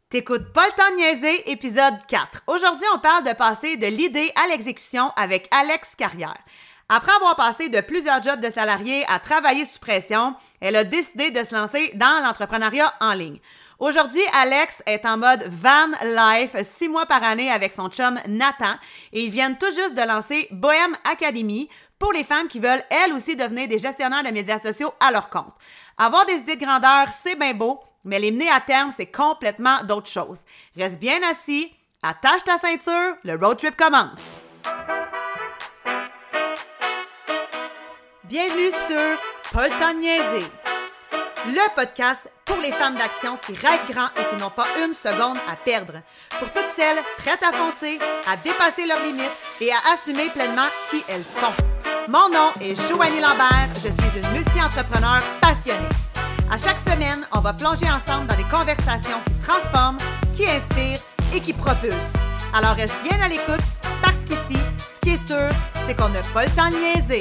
T'écoutes pas le temps de niaiser, épisode 4. Aujourd'hui, on parle de passer de l'idée à l'exécution avec Alex Carrière. Après avoir passé de plusieurs jobs de salarié à travailler sous pression, elle a décidé de se lancer dans l'entrepreneuriat en ligne. Aujourd'hui, Alex est en mode van life 6 mois par année avec son chum Nathan et ils viennent tout juste de lancer Bohème Academy pour les femmes qui veulent elles aussi devenir des gestionnaires de médias sociaux à leur compte. Avoir des idées de grandeur, c'est bien beau, mais les mener à terme, c'est complètement d'autres choses. Reste bien assis, attache ta ceinture, le road trip commence. Bienvenue sur Pas le temps de niaiser, le podcast pour les femmes d'action qui rêvent grand et qui n'ont pas une seconde à perdre. Pour toutes celles prêtes à foncer, à dépasser leurs limites et à assumer pleinement qui elles sont. Mon nom est Joanie Lambert, je suis une multi-entrepreneur passionnée. À chaque semaine, on va plonger ensemble dans des conversations qui transforment, qui inspirent et qui propulsent. Alors reste bien à l'écoute parce qu'ici, ce qui est sûr, c'est qu'on n'a pas le temps de niaiser.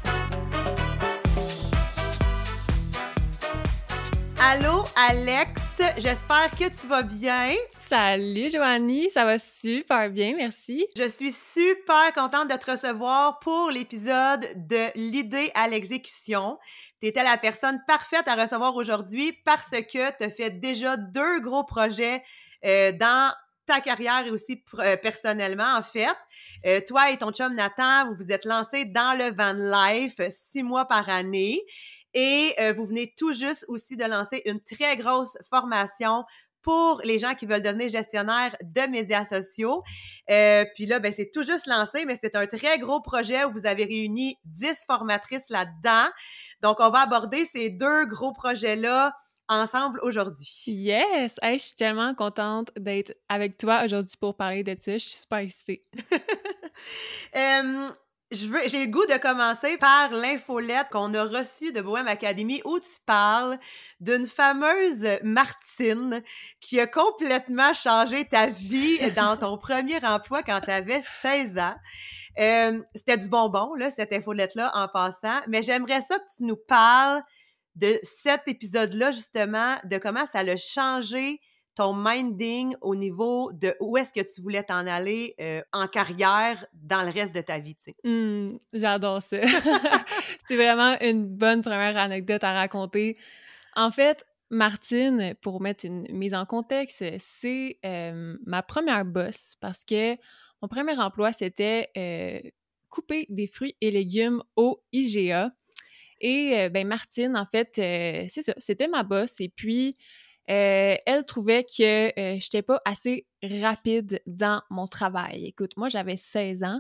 Allô Alex, j'espère que tu vas bien. Salut Joanie, ça va super bien, merci. Je suis super contente de te recevoir pour l'épisode de l'idée à l'exécution. Tu étais la personne parfaite à recevoir aujourd'hui parce que tu as fait déjà 2 gros projets dans ta carrière et aussi personnellement en fait. Toi et ton chum Nathan, vous vous êtes lancés dans le van life 6 mois par année. Et vous venez tout juste aussi de lancer une très grosse formation pour les gens qui veulent devenir gestionnaires de médias sociaux. Puis là, ben c'est tout juste lancé, mais c'est un très gros projet où vous avez réuni 10 formatrices là-dedans. Donc, on va aborder ces 2 gros projets-là ensemble aujourd'hui. Yes! Hey, je suis tellement contente d'être avec toi aujourd'hui pour parler de ça. Je suis super excitée. J'ai le goût de commencer par l'infolette qu'on a reçue de Bohème Academy où tu parles d'une fameuse Martine qui a complètement changé ta vie dans ton premier emploi quand tu avais 16 ans. C'était du bonbon, là, cette infolette-là, en passant, mais j'aimerais ça que tu nous parles de cet épisode-là, justement, de comment ça l'a changé ton minding au niveau de où est-ce que tu voulais t'en aller en carrière dans le reste de ta vie, tu sais. J'adore ça. C'est vraiment une bonne première anecdote à raconter. En fait, Martine, pour mettre une mise en contexte, c'est ma première boss parce que mon premier emploi, c'était couper des fruits et légumes au IGA. Et ben Martine, en fait, c'est ça, c'était ma boss. Et puis, elle trouvait que j'étais pas assez rapide dans mon travail. Écoute, moi, j'avais 16 ans.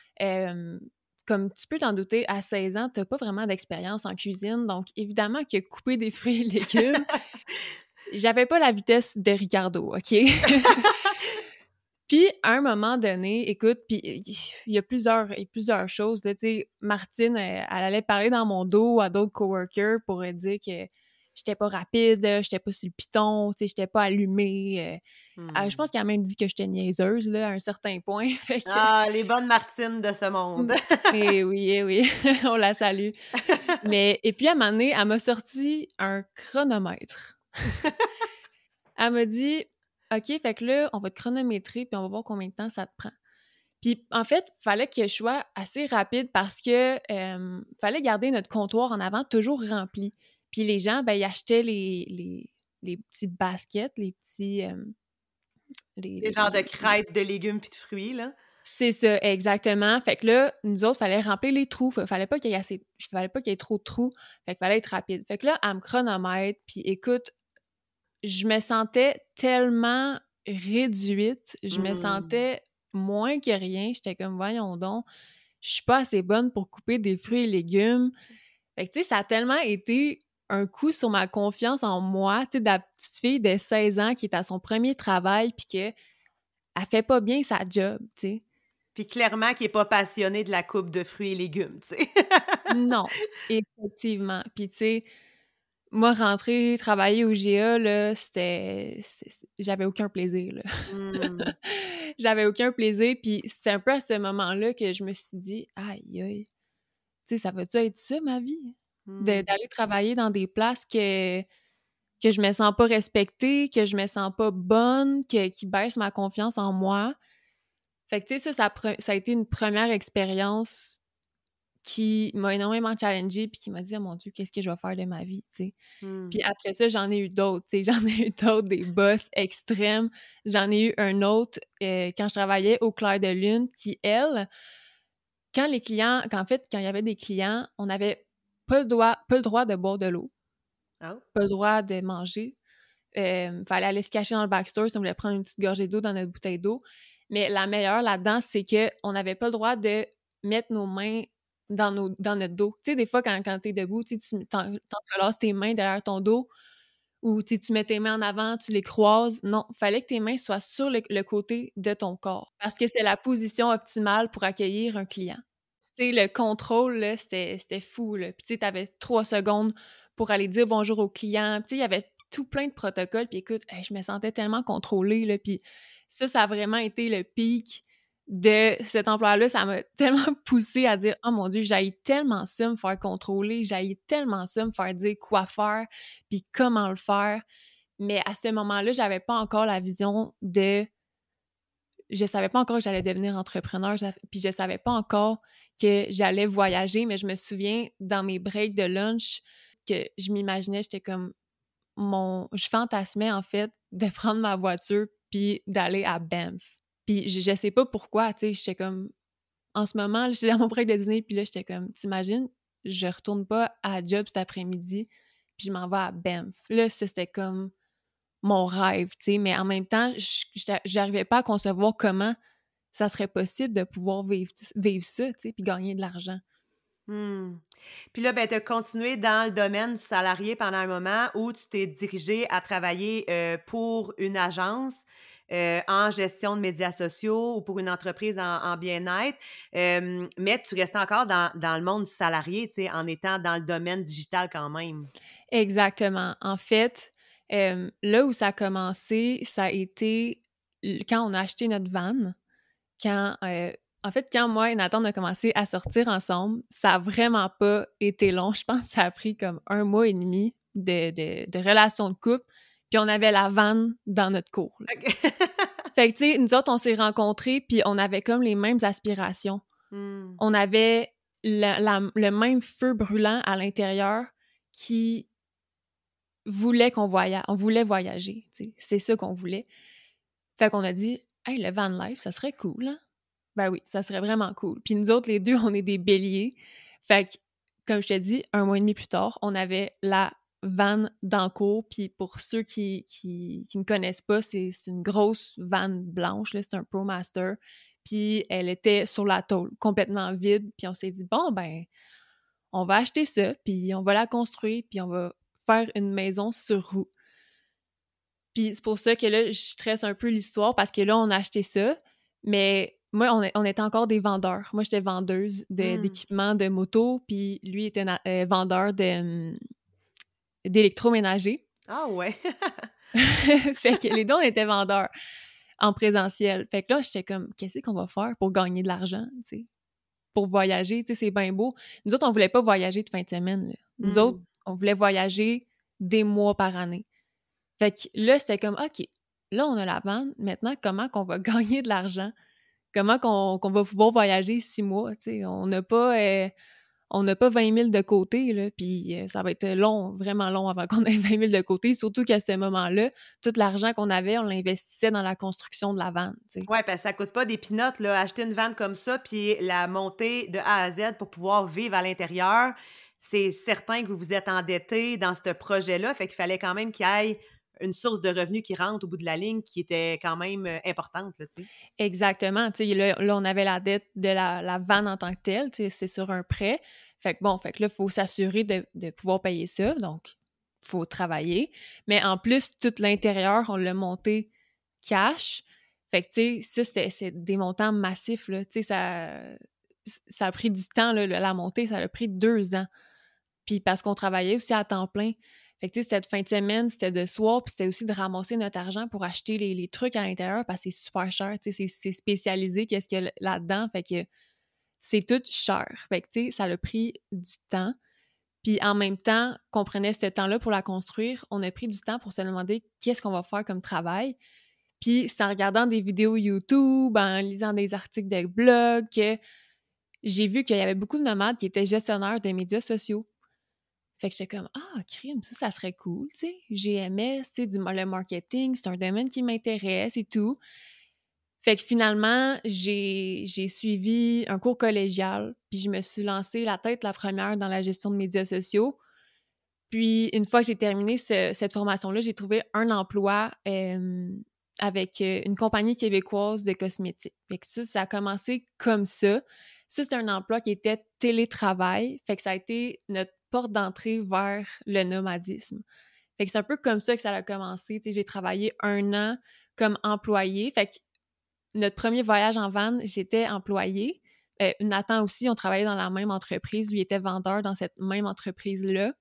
Comme tu peux t'en douter, à 16 ans, t'as pas vraiment d'expérience en cuisine. Donc, évidemment que couper des fruits et légumes, j'avais pas la vitesse de Ricardo, OK? Puis, à un moment donné, écoute, puis il y a plusieurs choses, là, tu sais, Martine, elle allait parler dans mon dos à d'autres coworkers pour dire que j'étais pas rapide, j'étais pas sur le piton, tu sais, j'étais pas allumée. Je pense qu'elle a même dit que j'étais niaiseuse, là, à un certain point. Fait que... Ah, les bonnes Martines de ce monde! Eh oui, on la salue. Et puis, à un moment donné, elle m'a sorti un chronomètre. Elle m'a dit... OK, fait que là, on va te chronométrer puis on va voir combien de temps ça te prend. Puis, en fait, il fallait que je sois assez rapide parce que fallait garder notre comptoir en avant toujours rempli. Puis les gens, ben, ils achetaient les petites baskets, les petits... Les genres de crêtes de légumes puis de fruits, là. C'est ça, exactement. Fait que là, nous autres, fallait remplir les trous. Fallait pas qu'il y ait trop de trous. Fait qu'il fallait être rapide. Fait que là, elle me chronomètre. Puis écoute, je me sentais tellement réduite, je me sentais moins que rien. J'étais comme, voyons donc, je suis pas assez bonne pour couper des fruits et légumes. Fait que, tu sais, ça a tellement été un coup sur ma confiance en moi, tu sais, de la petite fille de 16 ans qui est à son premier travail puis qu'elle fait pas bien sa job, tu sais. Puis clairement qui est pas passionné de la coupe de fruits et légumes, tu sais. Non, effectivement. Puis, tu sais, moi, rentrer, travailler au GA, là, j'avais aucun plaisir, là. J'avais aucun plaisir, puis c'est un peu à ce moment-là que je me suis dit « Aïe, aïe, tu sais, ça va-tu être ça, ma vie? D'aller travailler dans des places que que je me sens pas respectée, que je me sens pas bonne, qui baisse ma confiance en moi. Fait que, tu sais, ça a été une première expérience qui m'a énormément challengée puis qui m'a dit « Oh mon Dieu, qu'est-ce que je vais faire de ma vie? » tu sais. Mmh. Puis après ça, j'en ai eu d'autres, tu sais. J'en ai eu d'autres, des boss extrêmes. J'en ai eu un autre quand je travaillais au Clair de Lune qui, elle, quand il y avait des clients, on n'avait pas le droit de boire de l'eau, Oh. pas le droit de manger. Fallait aller se cacher dans le backstore si on voulait prendre une petite gorgée d'eau dans notre bouteille d'eau. Mais la meilleure là-dedans, c'est qu'on n'avait pas le droit de mettre nos mains dans notre dos. Tu sais, des fois, quand t'es debout, tu t'entrelaces tes mains derrière ton dos ou tu mets tes mains en avant, tu les croises. Non, fallait que tes mains soient sur le côté de ton corps parce que c'est la position optimale pour accueillir un client. Tu sais, le contrôle, là, c'était fou, là. Puis tu sais, t'avais 3 secondes pour aller dire bonjour au client. Puis tu sais, il y avait tout plein de protocoles. Puis écoute, je me sentais tellement contrôlée, là. Puis ça a vraiment été le pic de cet emploi-là. Ça m'a tellement poussée à dire « Oh mon Dieu, j'haïs tellement ça, me faire contrôler. J'haïs tellement ça, me faire dire quoi faire, puis comment le faire. » Mais à ce moment-là, j'avais pas encore la vision de... Je savais pas encore que j'allais devenir entrepreneur, puis je savais pas encore que j'allais voyager, mais je me souviens, dans mes breaks de lunch, que je m'imaginais, j'étais comme... Je fantasmais, en fait, de prendre ma voiture puis d'aller à Banff. Puis je sais pas pourquoi, tu sais, j'étais comme... En ce moment, j'étais dans mon break de dîner, puis là, j'étais comme... T'imagines, je retourne pas à la job cet après-midi, puis je m'en vais à Banff. Là, c'était comme mon rêve, tu sais, mais en même temps, j'arrivais pas à concevoir comment ça serait possible de pouvoir vivre ça, tu sais, puis gagner de l'argent. Mmh. Puis là, ben, tu as continué dans le domaine du salarié pendant un moment où tu t'es dirigée à travailler, pour une agence, en gestion de médias sociaux ou pour une entreprise en bien-être, mais tu restais encore dans le monde du salarié, tu sais, en étant dans le domaine digital quand même. Exactement. En fait, là où ça a commencé, ça a été quand on a acheté notre van. Quand, en fait, quand moi et Nathan, on a commencé à sortir ensemble, ça a vraiment pas été long. Je pense que ça a pris comme 1 mois et demi de relation de couple, puis on avait la vanne dans notre cour, là. OK. Fait que, tu sais, nous autres, on s'est rencontrés, puis on avait comme les mêmes aspirations. Mmh. On avait le même feu brûlant à l'intérieur qui voulait qu'on voyage. On voulait voyager, tu sais. C'est ça qu'on voulait. Fait qu'on a dit « Hey, le van life, ça serait cool, hein? » Ben oui, ça serait vraiment cool. Puis nous autres, les deux, on est des béliers. Fait que, comme je te dis, 1 mois et demi plus tard, on avait la van dans le cours. Puis pour ceux qui me connaissent pas, c'est une grosse van blanche, là, c'est un ProMaster. Puis elle était sur la tôle, complètement vide. Puis on s'est dit, bon, ben, on va acheter ça, puis on va la construire, puis on va faire une maison sur roue. Puis c'est pour ça que là, je stresse un peu l'histoire parce que là, on a acheté ça, mais moi, on était encore des vendeurs. Moi, j'étais vendeuse Mmh. d'équipements de moto, puis lui était vendeur d'électroménager. Ah ouais! Fait que les deux, on était vendeurs en présentiel. Fait que là, j'étais comme, qu'est-ce qu'on va faire pour gagner de l'argent, tu sais? Pour voyager, tu sais, c'est bien beau. Nous autres, on voulait pas voyager de fin de semaine, là. Nous autres, Mmh. on voulait voyager des mois par année. Fait que là, c'était comme, OK, là, on a la vanne. Maintenant, comment qu'on va gagner de l'argent? Comment qu'on va pouvoir voyager 6 mois? Tu sais, on n'a pas 20 000 de côté, là, puis ça va être long, vraiment long avant qu'on ait 20 000 de côté, surtout qu'à ce moment-là, tout l'argent qu'on avait, on l'investissait dans la construction de la vanne, tu sais. Ouais, parce que ça coûte pas des pinottes, là, acheter une vanne comme ça, puis la monter de A à Z pour pouvoir vivre à l'intérieur. C'est certain que vous vous êtes endetté dans ce projet-là, fait qu'il fallait quand même qu'il y ait une source de revenus qui rentre au bout de la ligne qui était quand même, importante, là, tu sais. Exactement, tu sais, là, on avait la dette de la vanne en tant que telle, tu sais, c'est sur un prêt. Fait que bon, fait que là, il faut s'assurer de pouvoir payer ça, donc il faut travailler. Mais en plus, tout l'intérieur, on l'a monté cash. Fait que, tu sais, ça, c'est des montants massifs, là. Tu sais, ça a pris du temps, là, la montée, ça a pris 2 ans. Puis parce qu'on travaillait aussi à temps plein. Fait que, tu sais, cette fin de semaine, c'était de soir, puis c'était aussi de ramasser notre argent pour acheter les trucs à l'intérieur parce que c'est super cher, tu sais, c'est spécialisé, qu'est-ce qu'il y a là-dedans, fait que c'est tout cher. Fait que, tu sais, ça a pris du temps. Puis en même temps qu'on prenait ce temps-là pour la construire, on a pris du temps pour se demander qu'est-ce qu'on va faire comme travail. Puis c'est en regardant des vidéos YouTube, en lisant des articles de blog que j'ai vu qu'il y avait beaucoup de nomades qui étaient gestionnaires de médias sociaux. Fait que j'étais comme « Ah, crime, ça serait cool, tu sais. GMS, tu sais, le marketing, c'est un domaine qui m'intéresse et tout. » Fait que finalement, j'ai suivi un cours collégial, puis je me suis lancée la tête la première dans la gestion de médias sociaux. Puis une fois que j'ai terminé cette formation-là, j'ai trouvé un emploi avec une compagnie québécoise de cosmétiques. Fait que ça a commencé comme ça. Ça, c'est un emploi qui était télétravail. Fait que ça a été notre porte d'entrée vers le nomadisme. Fait que c'est un peu comme ça que ça a commencé. Tu sais, j'ai travaillé 1 an comme employée. Fait que notre premier voyage en van, j'étais employée. Nathan aussi, on travaillait dans la même entreprise. Lui était vendeur dans cette même entreprise-là.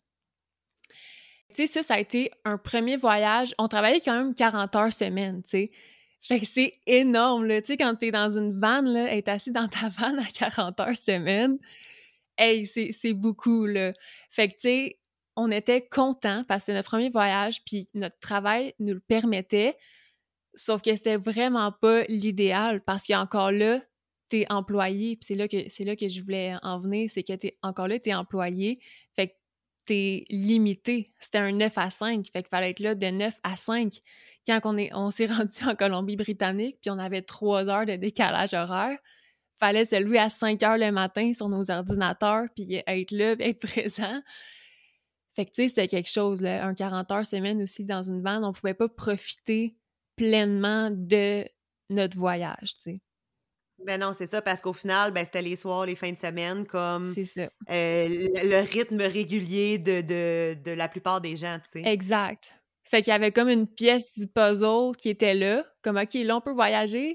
Tu sais, ça a été un premier voyage. On travaillait quand même 40 heures semaine, tu sais. Fait que c'est énorme, là. Tu sais, quand t'es dans une van, là, être assis dans ta van à 40 heures semaine, hey, c'est beaucoup, là. Fait que, tu sais, on était contents parce que c'était notre premier voyage, puis notre travail nous le permettait, sauf que c'était vraiment pas l'idéal parce qu'encore là, t'es employé, puis c'est là que je voulais en venir, c'est que encore là, t'es employé, fait que t'es limité. C'était un 9 à 5, fait qu'il fallait être là de 9 à 5. Quand on s'est rendu en Colombie-Britannique, puis on avait 3 heures de décalage horaire, fallait se lever à 5 heures le matin sur nos ordinateurs, puis être là, puis être présent. Fait que, tu sais, c'était quelque chose, là, un 40 heures semaine aussi dans une van, on pouvait pas profiter pleinement de notre voyage, tu sais. Ben non, c'est ça, parce qu'au final, ben, c'était les soirs, les fins de semaine, comme C'est ça. le rythme régulier de la plupart des gens, tu sais. Exact. Fait qu'il y avait comme une pièce du puzzle qui était là, comme OK, là, on peut voyager,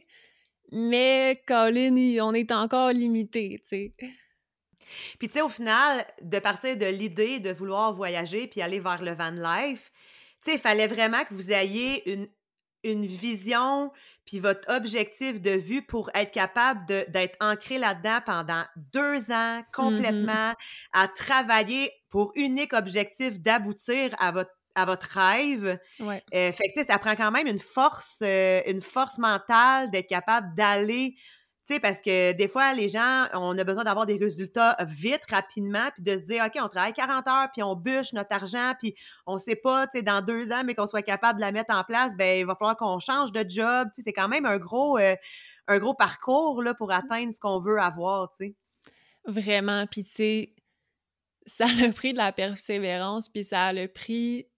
mais Colin, on est encore limité, tu sais. Puis tu sais, au final, de partir de l'idée de vouloir voyager puis aller vers le van life, tu sais, il fallait vraiment que vous ayez une vision puis votre objectif de vue pour être capable d'être ancré là-dedans pendant 2 ans Mhm. complètement, à travailler pour unique objectif d'aboutir à votre rêve. Ouais. Fait que, tu sais, ça prend quand même une force mentale d'être capable d'aller, tu sais, parce que des fois, les gens, on a besoin d'avoir des résultats vite, rapidement, puis de se dire, OK, on travaille 40 heures, puis on bûche notre argent, puis on sait pas, tu sais, dans 2 ans, mais qu'on soit capable de la mettre en place, ben il va falloir qu'on change de job. Tu sais, c'est quand même un gros parcours, là, pour atteindre ce qu'on veut avoir, tu sais. Vraiment. Puis, tu sais, ça a pris de la persévérance, puis ça a pris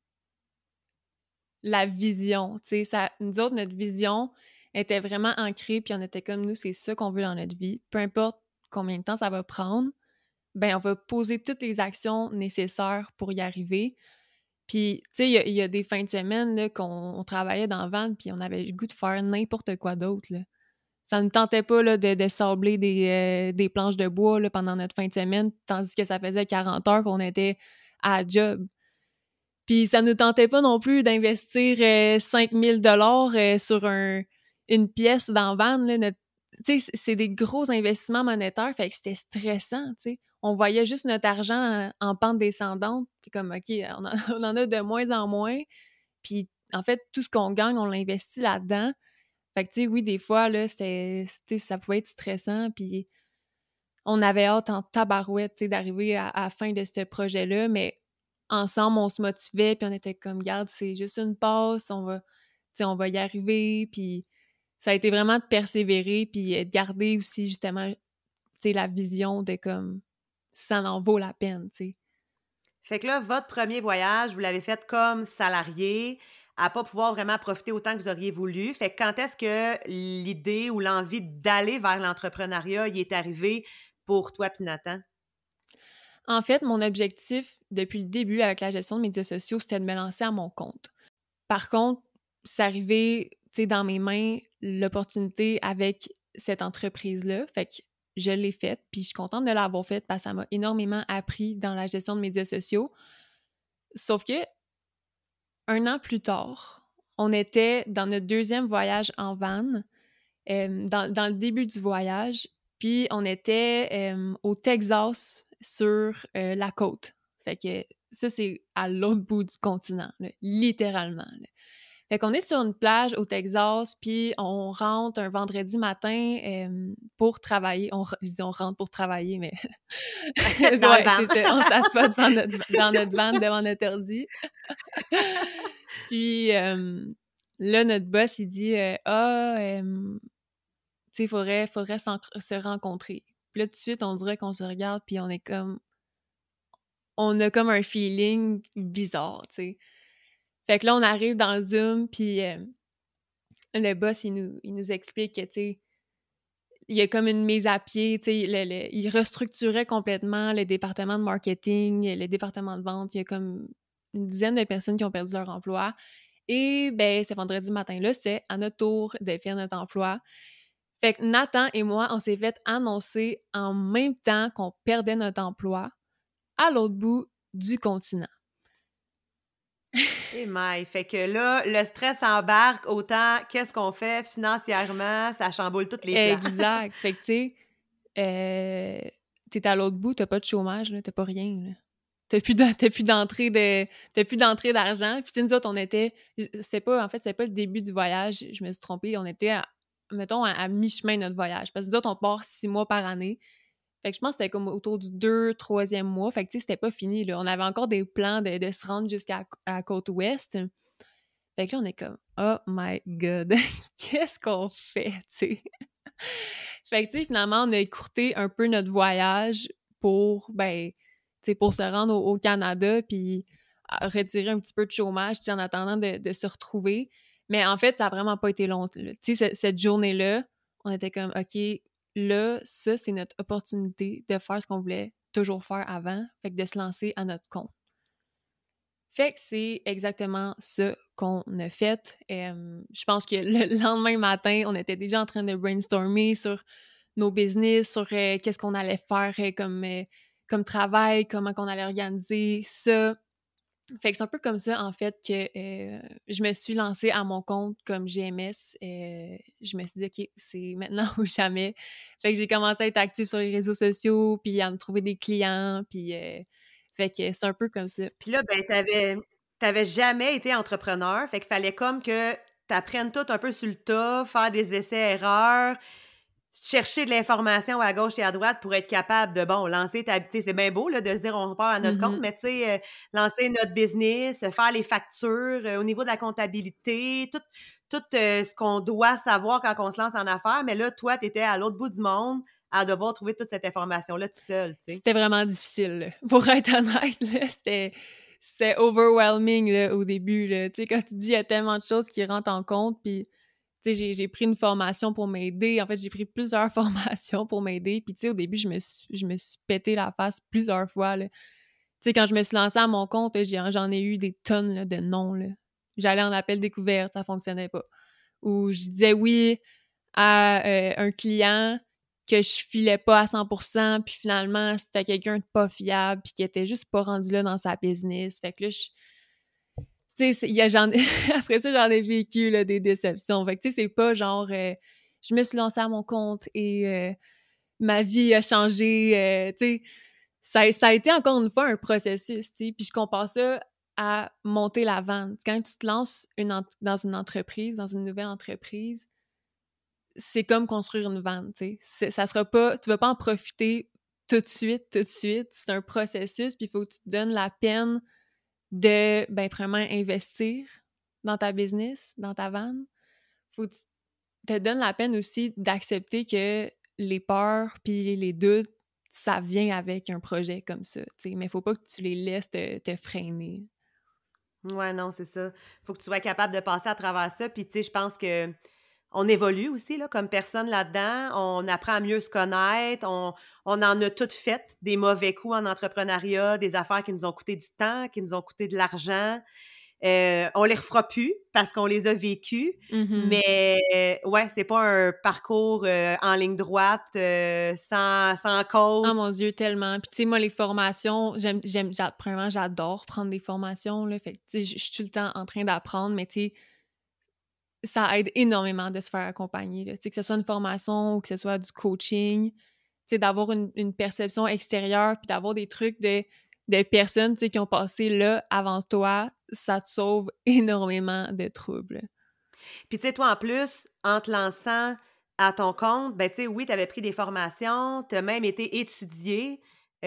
la vision, tu sais. Nous autres, notre vision était vraiment ancrée, puis on était comme nous, c'est ça qu'on veut dans notre vie. Peu importe combien de temps ça va prendre, ben on va poser toutes les actions nécessaires pour y arriver. Puis, tu sais, il y a des fins de semaine là, qu'on travaillait dans le van, puis on avait le goût de faire n'importe quoi d'autre, là. Ça ne tentait pas là, de sabler des planches de bois là, pendant notre fin de semaine, tandis que ça faisait 40 heures qu'on était à la job. Puis ça nous tentait pas non plus d'investir 5 000 sur une pièce dans van. Là, tu sais, c'est des gros investissements monétaires, fait que c'était stressant, tu sais. On voyait juste notre argent en pente descendante, puis comme, OK, on en a de moins en moins. Puis en fait, tout ce qu'on gagne, on l'investit là-dedans. Fait que, tu sais, oui, des fois, là, ça pouvait être stressant, puis on avait hâte en tabarouette, tu sais, d'arriver à la fin de ce projet-là, mais ensemble, on se motivait, puis on était comme, garde, c'est juste une passe, tu sais, on va y arriver, puis ça a été vraiment de persévérer, puis de garder aussi, justement, tu sais, la vision de comme, ça en vaut la peine, tu sais. Fait que là, votre premier voyage, vous l'avez fait comme salarié, à pas pouvoir vraiment profiter autant que vous auriez voulu. Fait que quand est-ce que l'idée ou l'envie d'aller vers l'entrepreneuriat y est arrivée pour toi puis Nathan? En fait, mon objectif depuis le début avec la gestion de médias sociaux, c'était de me lancer à mon compte. Par contre, c'est arrivé, tu sais, dans mes mains, l'opportunité avec cette entreprise-là. Fait que je l'ai faite, puis je suis contente de l'avoir faite parce que ça m'a énormément appris dans la gestion de médias sociaux. Sauf que 1 an plus tard, on était dans notre deuxième voyage en van, dans le début du voyage, puis on était au Texas sur la côte. Fait que ça, c'est à l'autre bout du continent, là, littéralement. Là. Fait qu'on est sur une plage au Texas, puis on rentre un vendredi matin pour travailler. Je dis on rentre pour travailler, mais Dans le ouais, van. c'est ça. On s'assoit dans notre van devant notre ordi. Puis là, notre boss, il dit tu sais, faudrait se rencontrer. Puis là, tout de suite, on dirait qu'on se regarde, puis on a comme un feeling bizarre, tu sais. Fait que là, on arrive dans le Zoom, puis le boss, il nous explique que, tu sais, il y a comme une mise à pied, tu sais, il restructurait complètement le département de marketing, le département de vente. Il y a comme une dizaine de personnes qui ont perdu leur emploi. Et, ben, ce vendredi matin-là, c'est à notre tour de faire notre emploi. Fait que Nathan et moi, on s'est fait annoncer en même temps qu'on perdait notre emploi à l'autre bout du continent. Et maille. Fait que là, le stress embarque autant qu'est-ce qu'on fait financièrement, ça chamboule tous les plans. Exact. Fait que, tu sais, t'es à l'autre bout, t'as pas de chômage, là, t'as pas rien, là. T'as plus d'entrée d'argent. Puis, tu sais, nous autres, c'était pas le début du voyage, je me suis trompée. On était, mettons, à mi-chemin de notre voyage. Parce que nous autres, on part 6 mois par année. Fait que je pense que c'était comme autour du 3e mois. Fait que, tu sais, c'était pas fini, là. On avait encore des plans de se rendre jusqu'à la côte ouest. Fait que là, on est comme, oh my God, qu'est-ce qu'on fait, tu sais? Fait que, tu sais, finalement, on a écourté un peu notre voyage pour, ben, tu sais, pour se rendre au Canada, puis retirer un petit peu de chômage, tu sais, en attendant de se retrouver. Mais en fait, ça a vraiment pas été long, là. Tu sais, cette journée-là, on était comme, OK, là, ça, c'est notre opportunité de faire ce qu'on voulait toujours faire avant, fait que de se lancer à notre compte. Fait que c'est exactement ça qu'on a fait. Je pense que le lendemain matin, on était déjà en train de brainstormer sur nos business, sur qu'est-ce qu'on allait faire comme travail, comment qu'on allait organiser ça. Fait que c'est un peu comme ça, en fait, que je me suis lancée à mon compte comme GMS. Je me suis dit, OK, c'est maintenant ou jamais. Fait que j'ai commencé à être active sur les réseaux sociaux, puis à me trouver des clients, puis fait que c'est un peu comme ça. Puis là, ben, t'avais jamais été entrepreneur, fait qu'il fallait comme que t'apprennes tout un peu sur le tas, faire des essais-erreurs, chercher de l'information à gauche et à droite pour être capable de, bon, lancer tu sais, c'est bien beau, là, de se dire: «On part à notre compte», Mhm. mais tu sais, lancer notre business, faire les factures, au niveau de la comptabilité, tout, ce qu'on doit savoir quand on se lance en affaires. Mais là, toi, tu étais à l'autre bout du monde à devoir trouver toute cette information-là tout seul, tu sais. C'était vraiment difficile, là. Pour être honnête, là, c'était overwhelming là, au début. Là. Tu sais, quand tu dis il y a tellement de choses qui rentrent en compte, puis tu sais, j'ai pris une formation pour m'aider. En fait, j'ai pris plusieurs formations pour m'aider. Puis tu sais, au début, je me suis pété la face plusieurs fois. Là. Tu sais, quand je me suis lancée à mon compte, là, j'en ai eu des tonnes là, de noms. Là. J'allais en appel découverte, ça fonctionnait pas. Ou je disais oui à un client que je filais pas à 100%, puis finalement, c'était quelqu'un de pas fiable, puis qui était juste pas rendu là dans sa business. Fait que là, tu sais, après ça, j'en ai vécu là, des déceptions. Fait que tu sais, c'est pas genre, je me suis lancée à mon compte et ma vie a changé. Tu sais, ça a été encore une fois un processus, tu sais. Puis je compare ça à monter la vente. Quand tu te lances dans une entreprise, dans une nouvelle entreprise, c'est comme construire une vanne, tu sais. Ça sera pas, tu vas pas en profiter tout de suite. C'est un processus, puis il faut que tu te donnes la peine de, ben, premièrement, investir dans ta business, dans ta vanne. Faut que tu te donnes la peine aussi d'accepter que les peurs puis les doutes, ça vient avec un projet comme ça, tu sais. Mais faut pas que tu les laisses te freiner. Ouais, non, c'est ça. Faut que tu sois capable de passer à travers ça. Puis, tu sais, je pense que on évolue aussi là, comme personne là-dedans. On apprend à mieux se connaître. On en a toutes fait des mauvais coups en entrepreneuriat, des affaires qui nous ont coûté du temps, qui nous ont coûté de l'argent. On les refera plus parce qu'on les a vécus. Mhm. Mais ouais, c'est pas un parcours en ligne droite, sans Oh coach. mon Dieu, tellement. Puis tu sais, moi, les formations, premièrement, j'adore prendre des formations, là. Fait que, tu sais, je suis tout le temps en train d'apprendre, mais tu sais, ça aide énormément de se faire accompagner, là. Tu sais, que ce soit une formation ou que ce soit du coaching, tu sais, d'avoir une perception extérieure puis d'avoir des trucs de personnes, tu sais, qui ont passé là avant toi, ça te sauve énormément de troubles. Puis tu sais, toi, en plus, en te lançant à ton compte, ben tu sais, oui, tu avais pris des formations, tu as même été étudié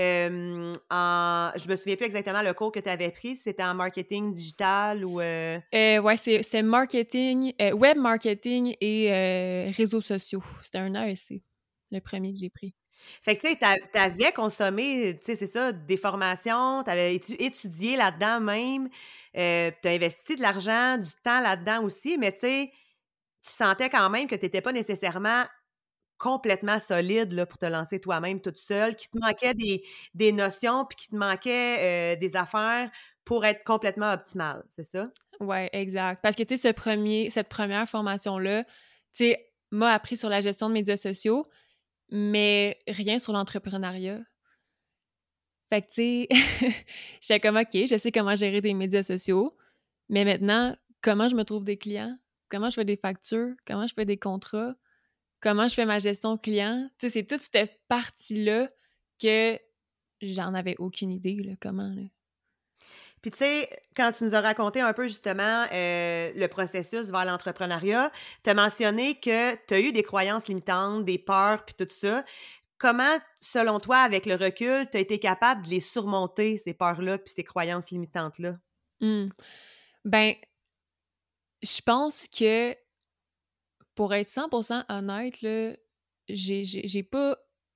je me souviens plus exactement le cours que tu avais pris, si c'était en marketing digital ou Ouais, c'est marketing, web marketing et réseaux sociaux. C'était un AEC, le premier que j'ai pris. Fait que tu sais, tu avais consommé, tu sais, c'est ça, des formations, tu avais étudié là-dedans même, tu as investi de l'argent, du temps là-dedans aussi, mais tu sais, tu sentais quand même que tu étais pas nécessairement complètement solide là, pour te lancer toi-même toute seule, qu'il te manquait des notions, puis qu'il te manquait, des affaires pour être complètement optimale, c'est ça? Ouais, exact. Parce que, tu sais, cette première formation-là, tu sais, m'a appris sur la gestion de médias sociaux, mais rien sur l'entrepreneuriat. Fait que, tu sais, j'étais comme, OK, je sais comment gérer des médias sociaux, mais maintenant, comment je me trouve des clients? Comment je fais des factures? Comment je fais des contrats? Comment je fais ma gestion client? Tu sais, c'est toute cette partie-là que j'en avais aucune idée, là, comment, là. Puis tu sais, quand tu nous as raconté un peu justement, le processus vers l'entrepreneuriat, tu as mentionné que tu as eu des croyances limitantes, des peurs, puis tout ça. Comment, selon toi, avec le recul, tu as été capable de les surmonter, ces peurs-là, puis ces croyances limitantes-là? Mmh. Ben, je pense que pour être 100% honnête, là, j'ai pas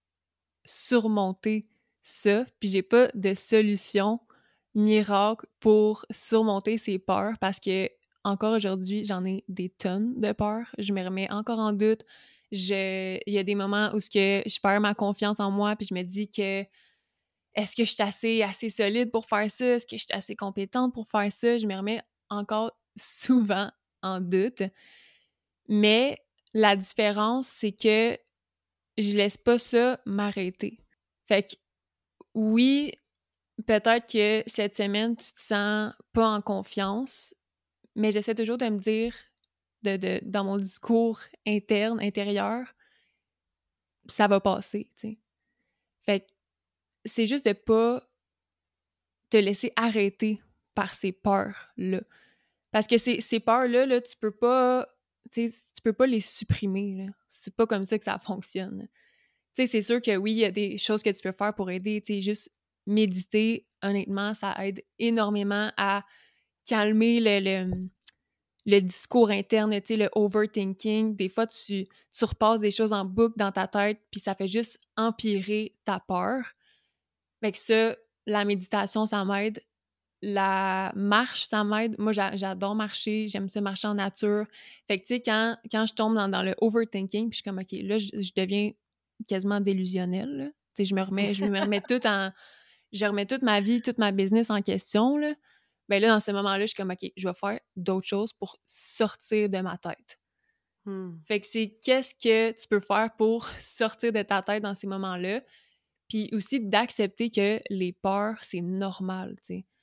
surmonté ça, puis j'ai pas de solution miracle pour surmonter ces peurs parce que encore aujourd'hui, j'en ai des tonnes de peurs. Je me remets encore en doute. Il y a des moments où ce que je perds ma confiance en moi, puis je me dis que est-ce que je suis assez solide pour faire ça? Est-ce que je suis assez compétente pour faire ça? Je me remets encore souvent en doute. Mais la différence, c'est que je laisse pas ça m'arrêter. Fait que oui, peut-être que cette semaine, tu te sens pas en confiance, mais j'essaie toujours de me dire, dans mon discours interne, intérieur, ça va passer, tu sais. Fait que c'est juste de pas te laisser arrêter par ces peurs-là. Parce que ces peurs-là, là, tu sais, tu peux pas les supprimer, là. C'est pas comme ça que ça fonctionne. Tu sais, c'est sûr que oui, il y a des choses que tu peux faire pour aider, tu sais, juste méditer, honnêtement, ça aide énormément à calmer le discours interne, tu sais, le overthinking. Des fois, tu repasses des choses en boucle dans ta tête, puis ça fait juste empirer ta peur. Fait que ça, la méditation, ça m'aide. La marche, ça m'aide. Moi, j'adore marcher. J'aime ça marcher en nature. Fait que, tu sais, quand je tombe dans le overthinking, puis je suis comme, OK, là, je deviens quasiment délusionnelle, là. Tu sais, je me remets je remets toute ma vie, toute ma business en question, là. Ben là, dans ce moment-là, je suis comme, OK, je vais faire d'autres choses pour sortir de ma tête. Mmh. Fait que c'est qu'est-ce que tu peux faire pour sortir de ta tête dans ces moments-là, puis aussi d'accepter que les peurs, c'est normal, tu sais.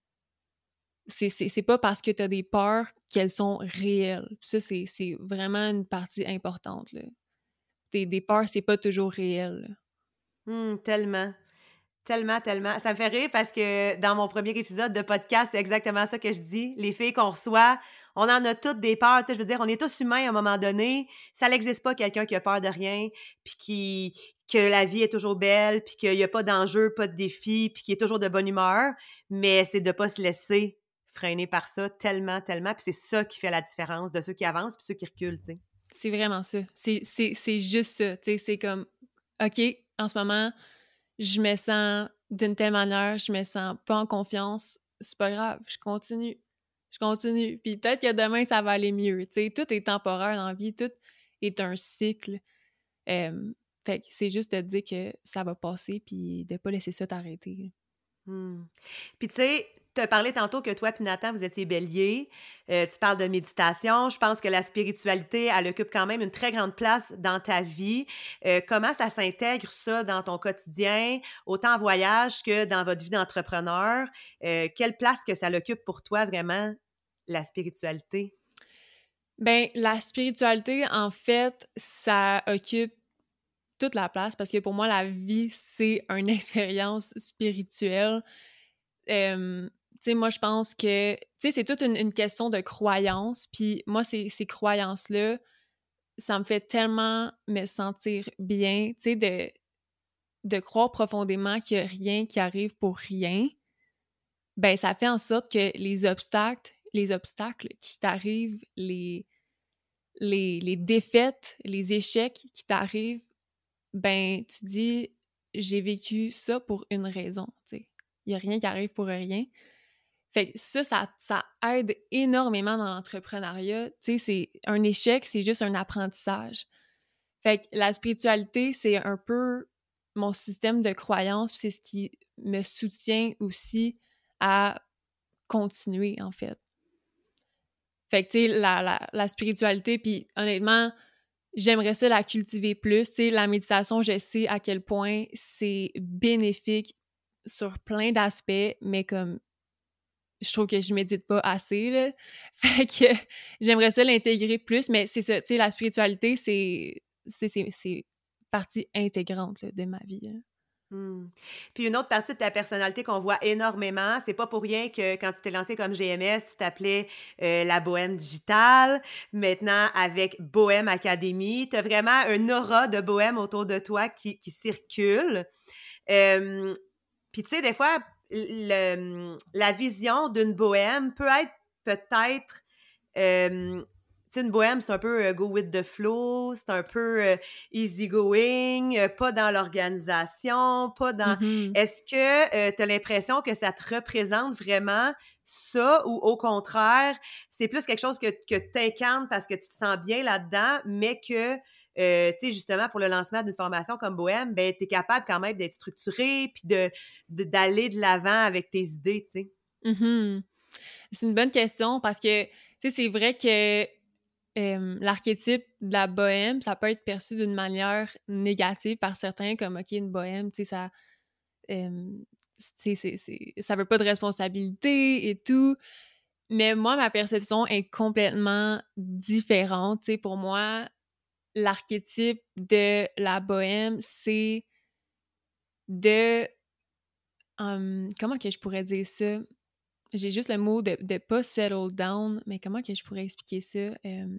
C'est pas parce que tu as des peurs qu'elles sont réelles. Ça, c'est vraiment une partie importante, là. Des peurs, c'est pas toujours réel, là. Tellement. Tellement, tellement. Ça me fait rire parce que dans mon premier épisode de podcast, c'est exactement ça que je dis. Les filles qu'on reçoit, on en a toutes des peurs. Tu sais, je veux dire, on est tous humains à un moment donné. Ça n'existe pas quelqu'un qui a peur de rien, puis que la vie est toujours belle, puis qu'il n'y a pas d'enjeu, pas de défi, puis qui est toujours de bonne humeur. Mais c'est de ne pas se laisser freiner par ça tellement, tellement. Puis c'est ça qui fait la différence de ceux qui avancent puis ceux qui reculent, tu sais. C'est vraiment ça. C'est juste ça, tu sais, c'est comme, OK, en ce moment, je me sens d'une telle manière, je me sens pas en confiance, c'est pas grave, je continue. Je continue. Puis peut-être que demain, ça va aller mieux, tu sais. Tout est temporaire dans la vie, tout est un cycle. Fait que c'est juste de te dire que ça va passer puis de pas laisser ça t'arrêter, là. Mmh. Puis tu sais, tu as parlé tantôt que toi puis Nathan, vous étiez béliers. Tu parles de méditation. Je pense que la spiritualité, elle occupe quand même une très grande place dans ta vie. Comment ça s'intègre ça dans ton quotidien, autant en voyage que dans votre vie d'entrepreneur? Quelle place que ça l'occupe pour toi vraiment, la spiritualité? Ben, la spiritualité, en fait, ça occupe toute la place parce que pour moi, la vie, c'est une expérience spirituelle. tu sais, moi, je pense que, tu sais, c'est toute une question de croyance. Puis moi, ces croyances-là, ça me fait tellement me sentir bien, tu sais, de croire profondément qu'il n'y a rien qui arrive pour rien. Ben, ça fait en sorte que les obstacles qui t'arrivent, les défaites, les échecs qui t'arrivent, ben, tu dis, j'ai vécu ça pour une raison, tu sais. Il n'y a rien qui arrive pour rien. Fait que ça aide énormément dans l'entrepreneuriat. Tu sais, c'est un échec, c'est juste un apprentissage. Fait que la spiritualité, c'est un peu mon système de croyance, puis c'est ce qui me soutient aussi à continuer, en fait. Fait que, tu sais, la spiritualité, puis honnêtement, j'aimerais ça la cultiver plus. Tu sais, la méditation, je sais à quel point c'est bénéfique sur plein d'aspects, mais comme je trouve que je médite pas assez, là. Fait que j'aimerais ça l'intégrer plus, mais c'est ça, tu sais, la spiritualité, c'est partie intégrante là, de ma vie, là. Mmh. Puis une autre partie de ta personnalité qu'on voit énormément, c'est pas pour rien que quand tu t'es lancée comme GMS, tu t'appelais, la bohème digitale. Maintenant avec Bohème Academy, tu as vraiment un aura de bohème autour de toi qui circule. Hem, Puis tu sais, des fois, la vision d'une bohème peut être peut-être, tu sais, une bohème, c'est un peu go with the flow, c'est un peu easy going, pas dans l'organisation, pas dans. Mhm. Est-ce que tu as l'impression que ça te représente vraiment ça ou au contraire, c'est plus quelque chose que tu incarnes parce que tu te sens bien là-dedans, mais que tu sais, justement, pour le lancement d'une formation comme Bohème, ben, tu es capable quand même d'être structuré puis d'aller de l'avant avec tes idées, tu sais. Mhm. C'est une bonne question parce que, tu sais, c'est vrai que l'archétype de la bohème, ça peut être perçu d'une manière négative par certains, comme, OK, une bohème, tu sais, ça, euh, ça veut pas de responsabilité et tout. Mais moi, ma perception est complètement différente. Tu sais, pour moi, l'archétype de la bohème, c'est de... comment que je pourrais dire ça? J'ai juste le mot de pas settle down, mais comment que je pourrais expliquer ça?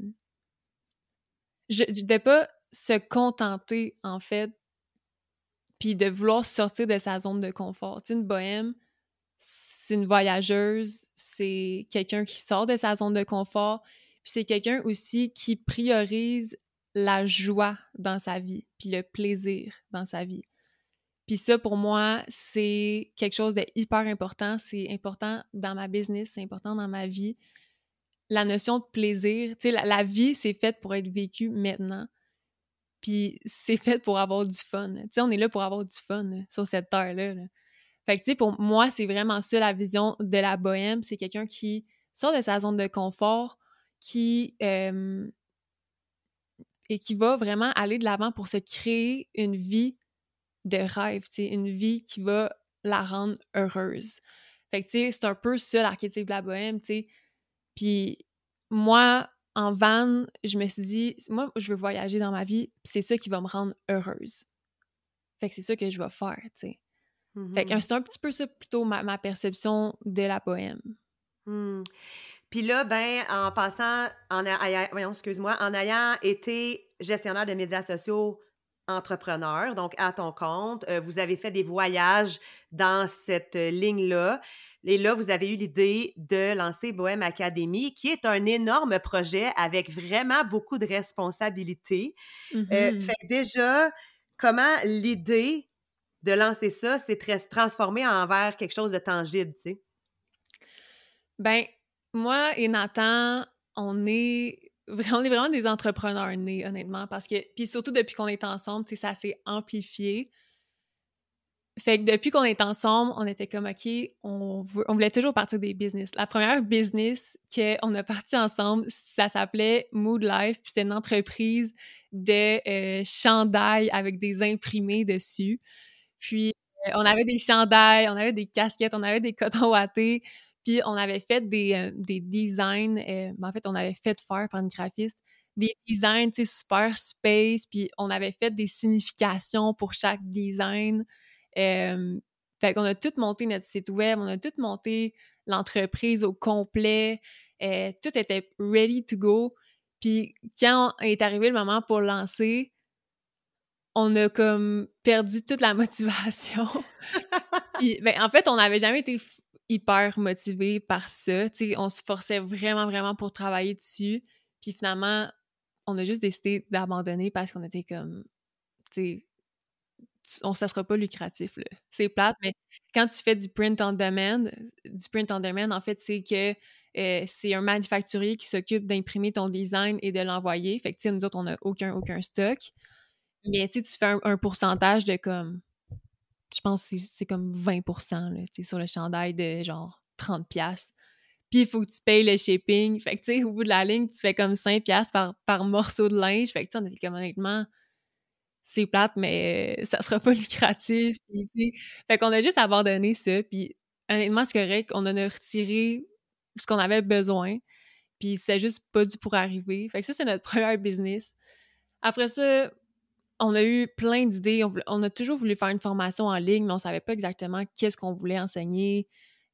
De pas se contenter, en fait, puis de vouloir sortir de sa zone de confort. Tu sais, une bohème, c'est une voyageuse, c'est quelqu'un qui sort de sa zone de confort, puis c'est quelqu'un aussi qui priorise la joie dans sa vie, puis le plaisir dans sa vie. Puis ça, pour moi, c'est quelque chose de hyper important. C'est important dans ma business, c'est important dans ma vie. La notion de plaisir, tu sais, la vie, c'est faite pour être vécue maintenant. Puis c'est fait pour avoir du fun. Tu sais, on est là pour avoir du fun là, sur cette terre-là. Là. Fait que, tu sais, pour moi, c'est vraiment ça la vision de la bohème. C'est quelqu'un qui sort de sa zone de confort, qui et qui va vraiment aller de l'avant pour se créer une vie de rêve, tu sais, une vie qui va la rendre heureuse. Fait que, tu sais, c'est un peu ça l'archétype de la bohème, tu sais. Puis moi, en van, je me suis dit, moi, je veux voyager dans ma vie, puis c'est ça qui va me rendre heureuse. Fait que c'est ça que je vais faire, tu sais. Fait que Mhm. c'est un petit peu ça plutôt ma perception de la bohème. Hmm. Puis là, ben, en passant, voyons, excuse-moi, en ayant été gestionnaire de médias sociaux, entrepreneur, donc à ton compte, vous avez fait des voyages dans cette ligne-là. Et là, vous avez eu l'idée de lancer Bohème Academy, qui est un énorme projet avec vraiment beaucoup de responsabilités. Mhm. Fait que déjà, comment l'idée de lancer ça s'est transformée envers quelque chose de tangible, tu sais? Ben, moi et Nathan, on est vraiment des entrepreneurs nés, honnêtement, parce que, puis surtout depuis qu'on est ensemble, tu sais, ça s'est amplifié. Fait que depuis qu'on est ensemble, on était comme, OK, on voulait toujours partir des business. La première business qu'on a parti ensemble, ça s'appelait Mood Life, puis c'était une entreprise de chandails avec des imprimés dessus. Puis, on avait des chandails, on avait des casquettes, on avait des cotons wattés, puis on avait fait des designs, en fait, on avait fait faire par une graphiste des designs, tu sais, super space, puis on avait fait des significations pour chaque design. Fait qu'on a tout monté notre site web, on a tout monté l'entreprise au complet, tout était ready to go. Puis quand est arrivé le moment pour lancer, on a comme perdu toute la motivation. Puis, ben, en fait, on n'avait jamais été hyper motivés par ça. Tu sais, on se forçait vraiment, vraiment pour travailler dessus. Puis finalement, on a juste décidé d'abandonner parce qu'on était comme, tu sais, ça sera pas lucratif, là. C'est plate, mais quand tu fais du print on demand, en fait, c'est que c'est un manufacturier qui s'occupe d'imprimer ton design et de l'envoyer. Fait que, tu sais, nous autres, on n'a aucun stock. Mais, tu sais, tu fais un pourcentage de comme, je pense que c'est comme 20%, là, tu sais, sur le chandail de genre 30$. Puis il faut que tu payes le shipping. Fait que, tu sais, au bout de la ligne, tu fais comme 5$ par morceau de linge. Fait que, tu sais, on était comme, honnêtement, c'est plate, mais ça sera pas lucratif. Puis, tu sais, fait qu'on a juste abandonné ça. Puis, honnêtement, c'est correct. On en a retiré ce qu'on avait besoin. Puis, c'était juste pas dû pour arriver. Fait que ça, c'est notre premier business. Après ça, on a eu plein d'idées. On a toujours voulu faire une formation en ligne, mais on savait pas exactement qu'est-ce qu'on voulait enseigner.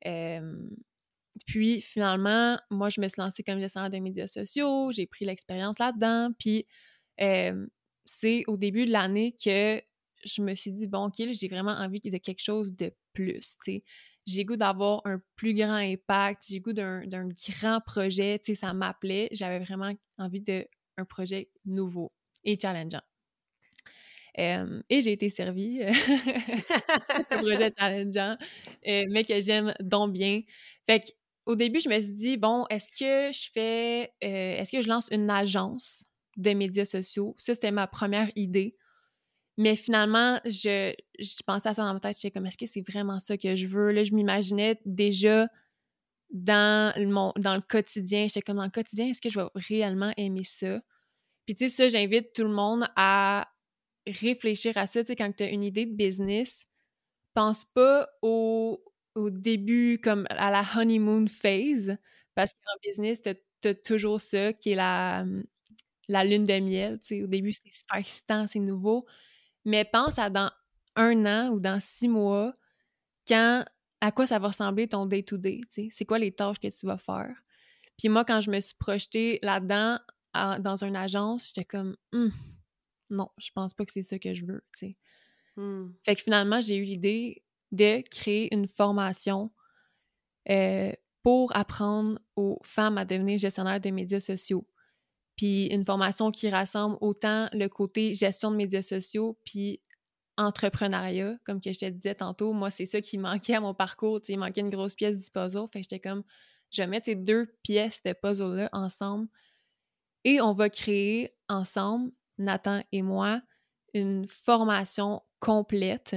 Puis finalement, moi, je me suis lancée comme gestionnaire de médias sociaux. J'ai pris l'expérience là-dedans. Puis c'est au début de l'année que je me suis dit, bon, OK, là, j'ai vraiment envie de quelque chose de plus, tu sais. J'ai goût d'avoir un plus grand impact. J'ai goût d'un grand projet. Tu sais, ça m'appelait. J'avais vraiment envie d'un projet nouveau et challengeant. Et j'ai été servie. Ce projet challengeant, mais que j'aime donc bien. Fait qu'au début, je me suis dit, bon, est-ce que je lance une agence de médias sociaux? Ça, c'était ma première idée. Mais finalement, je pensais à ça dans ma tête. J'étais comme, est-ce que c'est vraiment ça que je veux? Là, je m'imaginais déjà dans le quotidien. J'étais comme, dans le quotidien, est-ce que je vais réellement aimer ça? Puis tu sais, ça, j'invite tout le monde à réfléchir à ça. Tu sais, quand tu as une idée de business, pense pas au début comme à la honeymoon phase, parce qu'en business, t'as toujours ça qui est la lune de miel, tu sais. Au début, c'est super excitant, c'est nouveau, mais pense à dans 1 an ou dans 6 mois, à quoi ça va ressembler ton day-to-day, tu sais. C'est quoi les tâches que tu vas faire? Puis moi, quand je me suis projetée là-dedans, dans une agence, j'étais comme non, je pense pas que c'est ça que je veux, tu sais. Fait que finalement, j'ai eu l'idée de créer une formation pour apprendre aux femmes à devenir gestionnaires de médias sociaux. Puis une formation qui rassemble autant le côté gestion de médias sociaux puis entrepreneuriat, comme que je te disais tantôt. Moi, c'est ça qui manquait à mon parcours. Il manquait une grosse pièce du puzzle. Fait que j'étais comme, je vais mettre ces 2 pièces de puzzle-là ensemble et on va créer ensemble, Nathan et moi, une formation complète.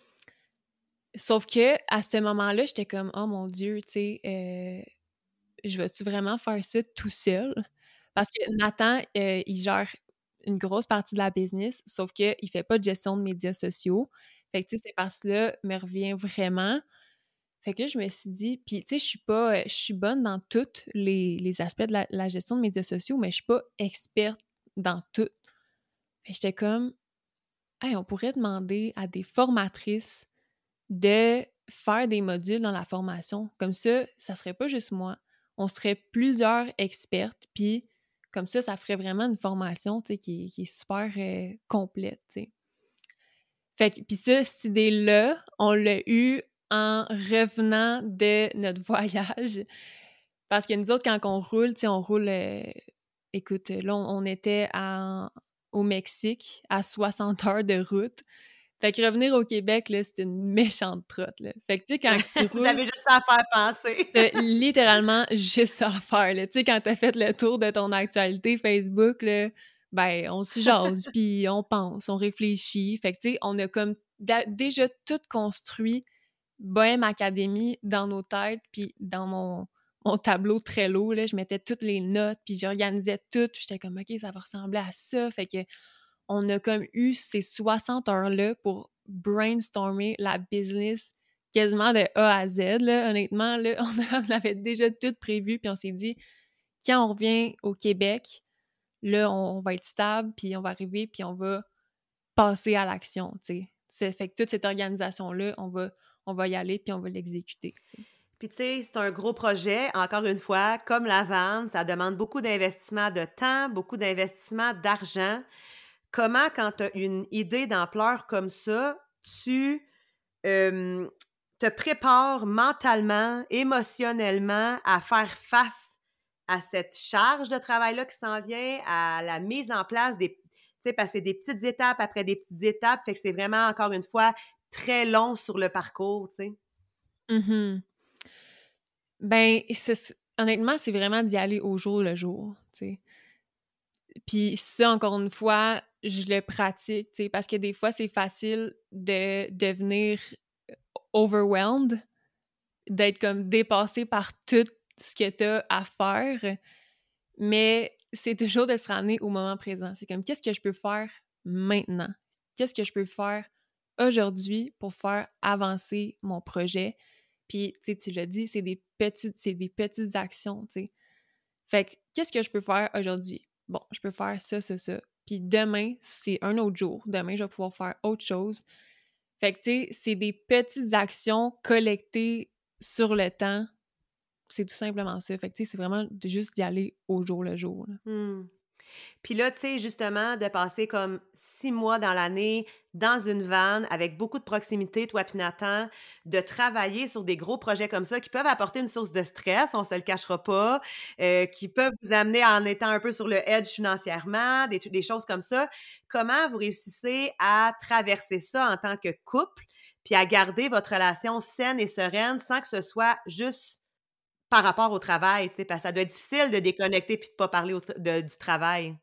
Sauf que à ce moment-là, j'étais comme « Oh mon Dieu, tu sais, je vais-tu vraiment faire ça tout seul? » Parce que Nathan, il gère une grosse partie de la business, sauf qu'il fait pas de gestion de médias sociaux. Fait que, tu sais, cette partie-là me revient vraiment. Fait que là, je me suis dit, puis tu sais, je suis bonne dans tous les aspects de la gestion de médias sociaux, mais je suis pas experte dans tout. Fait que j'étais comme, hey, on pourrait demander à des formatrices de faire des modules dans la formation. Comme ça serait pas juste moi. On serait plusieurs expertes, puis comme ça ferait vraiment une formation, tu sais, qui est super complète, tu sais. Fait que, puis ça, cette idée-là, on l'a eue en revenant de notre voyage. Parce que nous autres, quand on roule, tu sais, on roule... écoute, là, on était au Mexique à 60 heures de route. Fait que revenir au Québec, là, c'est une méchante trotte, là. Fait que, tu sais, quand tu Vous roules, avez juste à faire penser. t'as littéralement juste ça à faire, là. Tu sais, quand t'as fait le tour de ton actualité Facebook, là, ben, on se jase, puis on pense, on réfléchit. Fait que, tu sais, on a comme déjà tout construit Bohème Academy dans nos têtes, puis dans mon tableau Trello, là, je mettais toutes les notes, puis j'organisais tout, puis j'étais comme « OK, ça va ressembler à ça », fait que on a comme eu ces 60 heures-là pour brainstormer la business quasiment de A à Z, là. Honnêtement, là, on avait déjà tout prévu, puis on s'est dit, quand on revient au Québec, là, on va être stable, puis on va arriver, puis on va passer à l'action, tu sais. Fait que toute cette organisation-là, on on va y aller puis on va l'exécuter, tu sais. Puis tu sais, c'est un gros projet, encore une fois, comme la vanne, ça demande beaucoup d'investissement de temps, beaucoup d'investissement d'argent. Comment, quand tu as une idée d'ampleur comme ça, tu euh, te prépares mentalement, émotionnellement à faire face à cette charge de travail-là qui s'en vient, à la mise en place des, tu sais, parce que c'est des petites étapes après des petites étapes, fait que c'est vraiment, encore une fois, très long sur le parcours, tu sais. Mhm. Ben, honnêtement, c'est vraiment d'y aller au jour le jour, tu sais. Puis ça, encore une fois, je le pratique, tu sais, parce que des fois, c'est facile de devenir overwhelmed, d'être comme dépassé par tout ce que t'as à faire, mais c'est toujours de se ramener au moment présent. C'est comme, qu'est-ce que je peux faire maintenant? Qu'est-ce que je peux faire aujourd'hui pour faire avancer mon projet? Puis, tu sais, tu l'as dit, c'est des petites actions, tu sais. Fait que, qu'est-ce que je peux faire aujourd'hui? Bon, je peux faire ça, ça, ça. Puis demain, c'est un autre jour. Demain, je vais pouvoir faire autre chose. Fait que, tu sais, c'est des petites actions collectées sur le temps. C'est tout simplement ça. Fait que, tu sais, c'est vraiment juste d'y aller au jour le jour, là. Hmm. Puis là, tu sais, justement, de passer comme 6 mois dans l'année dans une vanne avec beaucoup de proximité, toi puis Nathan, de travailler sur des gros projets comme ça qui peuvent apporter une source de stress, on se le cachera pas, qui peuvent vous amener en étant un peu sur le edge financièrement, des choses comme ça. Comment vous réussissez à traverser ça en tant que couple, puis à garder votre relation saine et sereine sans que ce soit juste par rapport au travail, tu sais, parce que ça doit être difficile de déconnecter puis de pas parler du travail.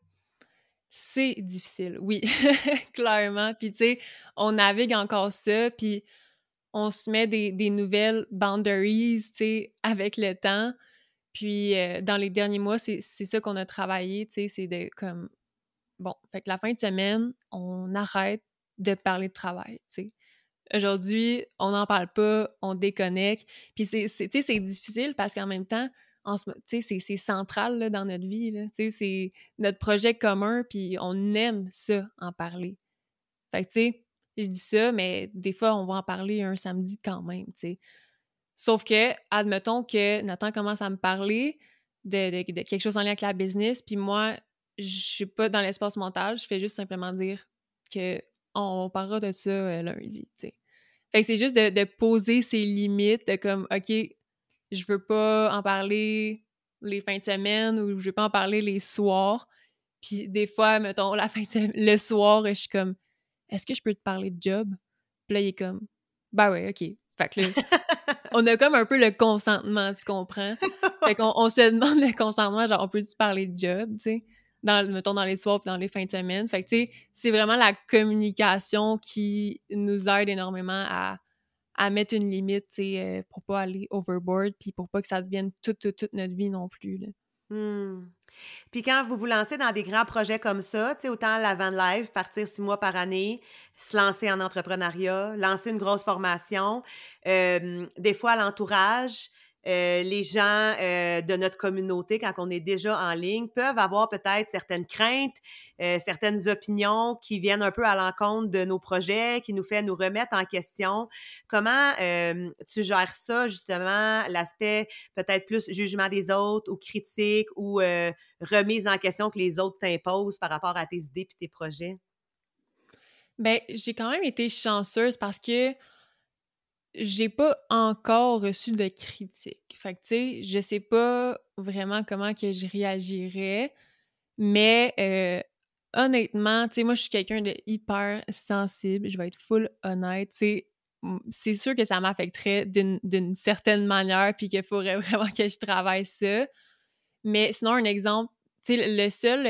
C'est difficile, oui, clairement. Puis, tu sais, on navigue encore ça, puis on se met des nouvelles boundaries, tu sais, avec le temps. Puis, dans les derniers mois, c'est ça qu'on a travaillé, tu sais, c'est de comme, bon, fait que la fin de semaine, on arrête de parler de travail, tu sais. Aujourd'hui, on n'en parle pas, on déconnecte. Puis tu sais, c'est difficile parce qu'en même temps, tu sais, c'est central là, dans notre vie, là. Tu sais, c'est notre projet commun, puis on aime ça, en parler. Fait que, tu sais, je dis ça, mais des fois, on va en parler un samedi quand même, tu sais. Sauf que, admettons que Nathan commence à me parler de quelque chose en lien avec la business, puis moi, je suis pas dans l'espace mental, je fais juste simplement dire que on parlera de ça lundi, tu sais. Fait que c'est juste de poser ses limites, de comme, OK, je veux pas en parler les fins de semaine ou je veux pas en parler les soirs. Puis des fois, mettons, la fin de semaine, le soir, je suis comme, est-ce que je peux te parler de job? Puis là, il est comme, ben ouais, OK. Fait que là, on a comme un peu le consentement, tu comprends? Fait qu'on on se demande le consentement, genre, on peut-tu parler de job, tu sais? Mettons, dans les soirs puis dans les fins de semaine. Fait que, tu sais, c'est vraiment la communication qui nous aide énormément à mettre une limite, tu sais, pour pas aller overboard puis pour pas que ça devienne toute notre vie non plus, là. Hmm. Puis quand vous vous lancez dans des grands projets comme ça, tu sais, autant la van life, partir 6 mois par année, se lancer en entrepreneuriat, lancer une grosse formation, des fois l'entourage, les gens de notre communauté, quand on est déjà en ligne, peuvent avoir peut-être certaines craintes, certaines opinions qui viennent un peu à l'encontre de nos projets, qui nous fait nous remettre en question. Comment tu gères ça, justement, l'aspect peut-être plus jugement des autres ou critique ou remise en question que les autres t'imposent par rapport à tes idées puis tes projets? Ben, j'ai quand même été chanceuse parce que j'ai pas encore reçu de critiques. Fait que, tu sais, je sais pas vraiment comment que je réagirais, mais honnêtement, tu sais, moi, je suis quelqu'un de hyper sensible. Je vais être full honnête, tu sais. C'est sûr que ça m'affecterait d'une certaine manière puis qu'il faudrait vraiment que je travaille ça. Mais sinon, un exemple, tu sais, le seul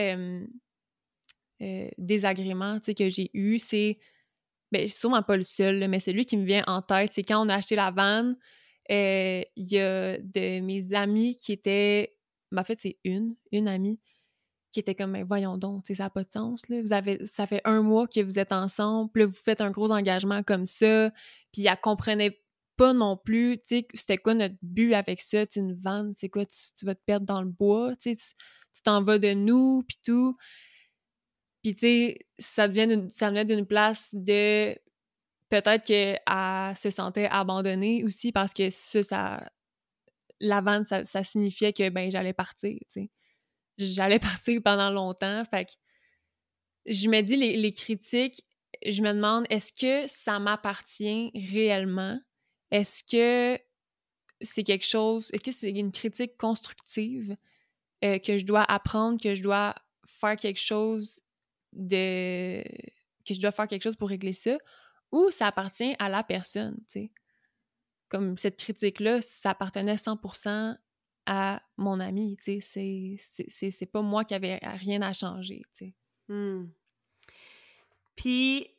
désagrément, tu sais, que j'ai eu, c'est ben, sûrement pas le seul, là, mais celui qui me vient en tête, c'est quand on a acheté la vanne, il y a de mes amis qui étaient ben, en fait, c'est une amie qui était comme: «Ben, voyons donc, tu sais, ça a pas de sens, là. Ça fait un mois que vous êtes ensemble, puis là, vous faites un gros engagement comme ça». Puis elle comprenait pas non plus, tu sais, c'était quoi notre but avec ça, tu sais, une vanne, c'est quoi, tu vas te perdre dans le bois, tu sais, tu t'en vas de nous, puis tout. Puis tu sais, ça venait d'une place de peut-être qu'elle se sentait abandonnée aussi parce que la vente, ça signifiait que, ben, j'allais partir, tu sais. J'allais partir pendant longtemps, fait que je me dis, les critiques, je me demande, est-ce que ça m'appartient réellement? Est-ce que c'est quelque chose, est-ce que c'est une critique constructive que je dois apprendre, que je dois faire quelque chose de... que je dois faire quelque chose pour régler ça? Ou ça appartient à la personne, tu sais? Comme cette critique-là, ça appartenait 100% à mon ami, tu sais, c'est pas moi qui avais rien à changer, tu sais. Puis,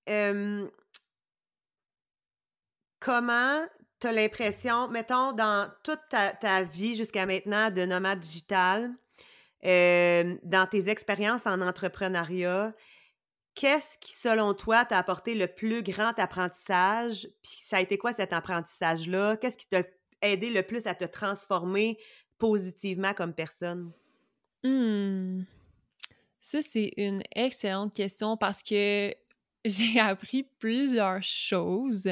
comment t'as l'impression, mettons, dans toute ta vie jusqu'à maintenant de nomade digital, dans tes expériences en entrepreneuriat, qu'est-ce qui, selon toi, t'a apporté le plus grand apprentissage? Puis ça a été quoi cet apprentissage-là? Qu'est-ce qui t'a aidé le plus à te transformer positivement comme personne? Mmh. Ça, c'est une excellente question parce que j'ai appris plusieurs choses.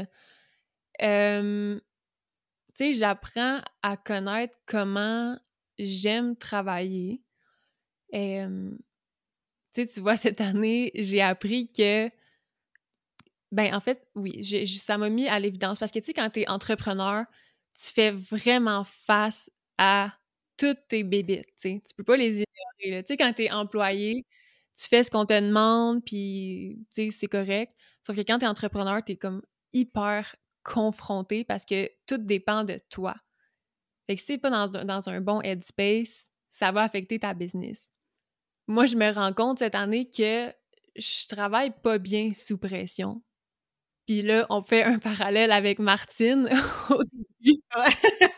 Tu sais, j'apprends à connaître comment j'aime travailler. Tu sais, tu vois, cette année, j'ai appris que ben, en fait, oui, ça m'a mis à l'évidence parce que, tu sais, quand t'es entrepreneur, tu fais vraiment face à toutes tes bébites, tu sais. Tu peux pas les ignorer, là. Tu sais, quand t'es employé, tu fais ce qu'on te demande, puis, tu sais, c'est correct. Sauf que quand t'es entrepreneur, t'es comme hyper confronté parce que tout dépend de toi. Fait que si t'es pas dans un bon headspace, ça va affecter ta business. Moi, je me rends compte cette année que je travaille pas bien sous pression. Puis là, on fait un parallèle avec Martine au début. Ouais.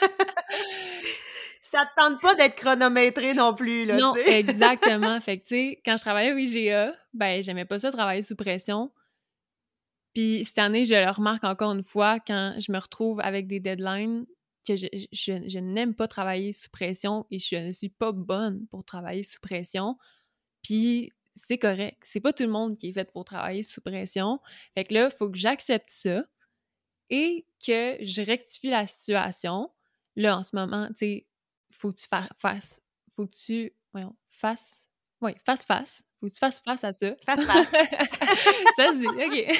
Ça te tente pas d'être chronométré non plus, là, tu Non, sais? exactement. Fait que, tu sais, quand je travaillais au IGA, ben, j'aimais pas ça travailler sous pression. Puis cette année, je le remarque encore une fois quand je me retrouve avec des deadlines que je n'aime pas travailler sous pression et je ne suis pas bonne pour travailler sous pression. Puis c'est correct. C'est pas tout le monde qui est fait pour travailler sous pression. Fait que là, il faut que j'accepte ça et que je rectifie la situation. Là, en ce moment, tu sais, faut que tu fasses... Faut que tu... Voyons, fasses... Oui, face. Faut que tu fasses face à ça. Face. Ça se dit, OK.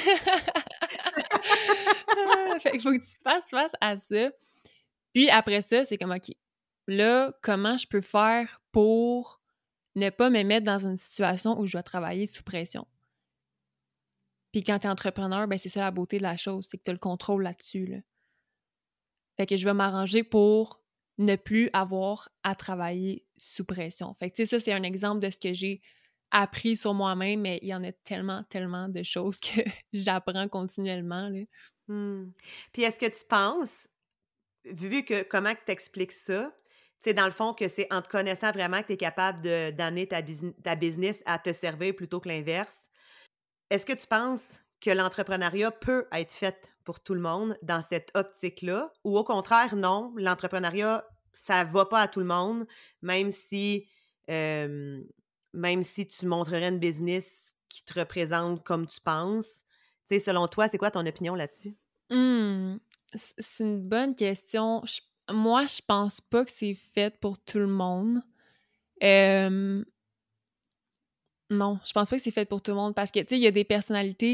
Fait qu'il faut que tu fasses face à ça. Puis après ça, c'est comme, OK, là, comment je peux faire pour ne pas me mettre dans une situation où je dois travailler sous pression? Puis quand t'es entrepreneur, ben c'est ça la beauté de la chose, c'est que t'as le contrôle là-dessus, là. Fait que je vais m'arranger pour ne plus avoir à travailler sous pression. Fait que, tu sais, ça, c'est un exemple de ce que j'ai appris sur moi-même, mais il y en a tellement, tellement de choses que j'apprends continuellement, là. Puis est-ce que tu penses, vu que comment que tu expliques ça, tu sais, dans le fond, que c'est en te connaissant vraiment que tu es capable d'amener ta business à te servir plutôt que l'inverse, est-ce que tu penses que l'entrepreneuriat peut être fait pour tout le monde dans cette optique-là? Ou au contraire, non, l'entrepreneuriat, ça va pas à tout le monde, même si, hem, même si tu montrerais une business qui te représente comme tu penses. Tu sais, selon toi, c'est quoi ton opinion là-dessus? Mmh, c'est une bonne question. Moi, je pense pas que c'est fait pour tout le monde. Hem, non, je pense pas que c'est fait pour tout le monde parce que, tu sais, il y a des personnalités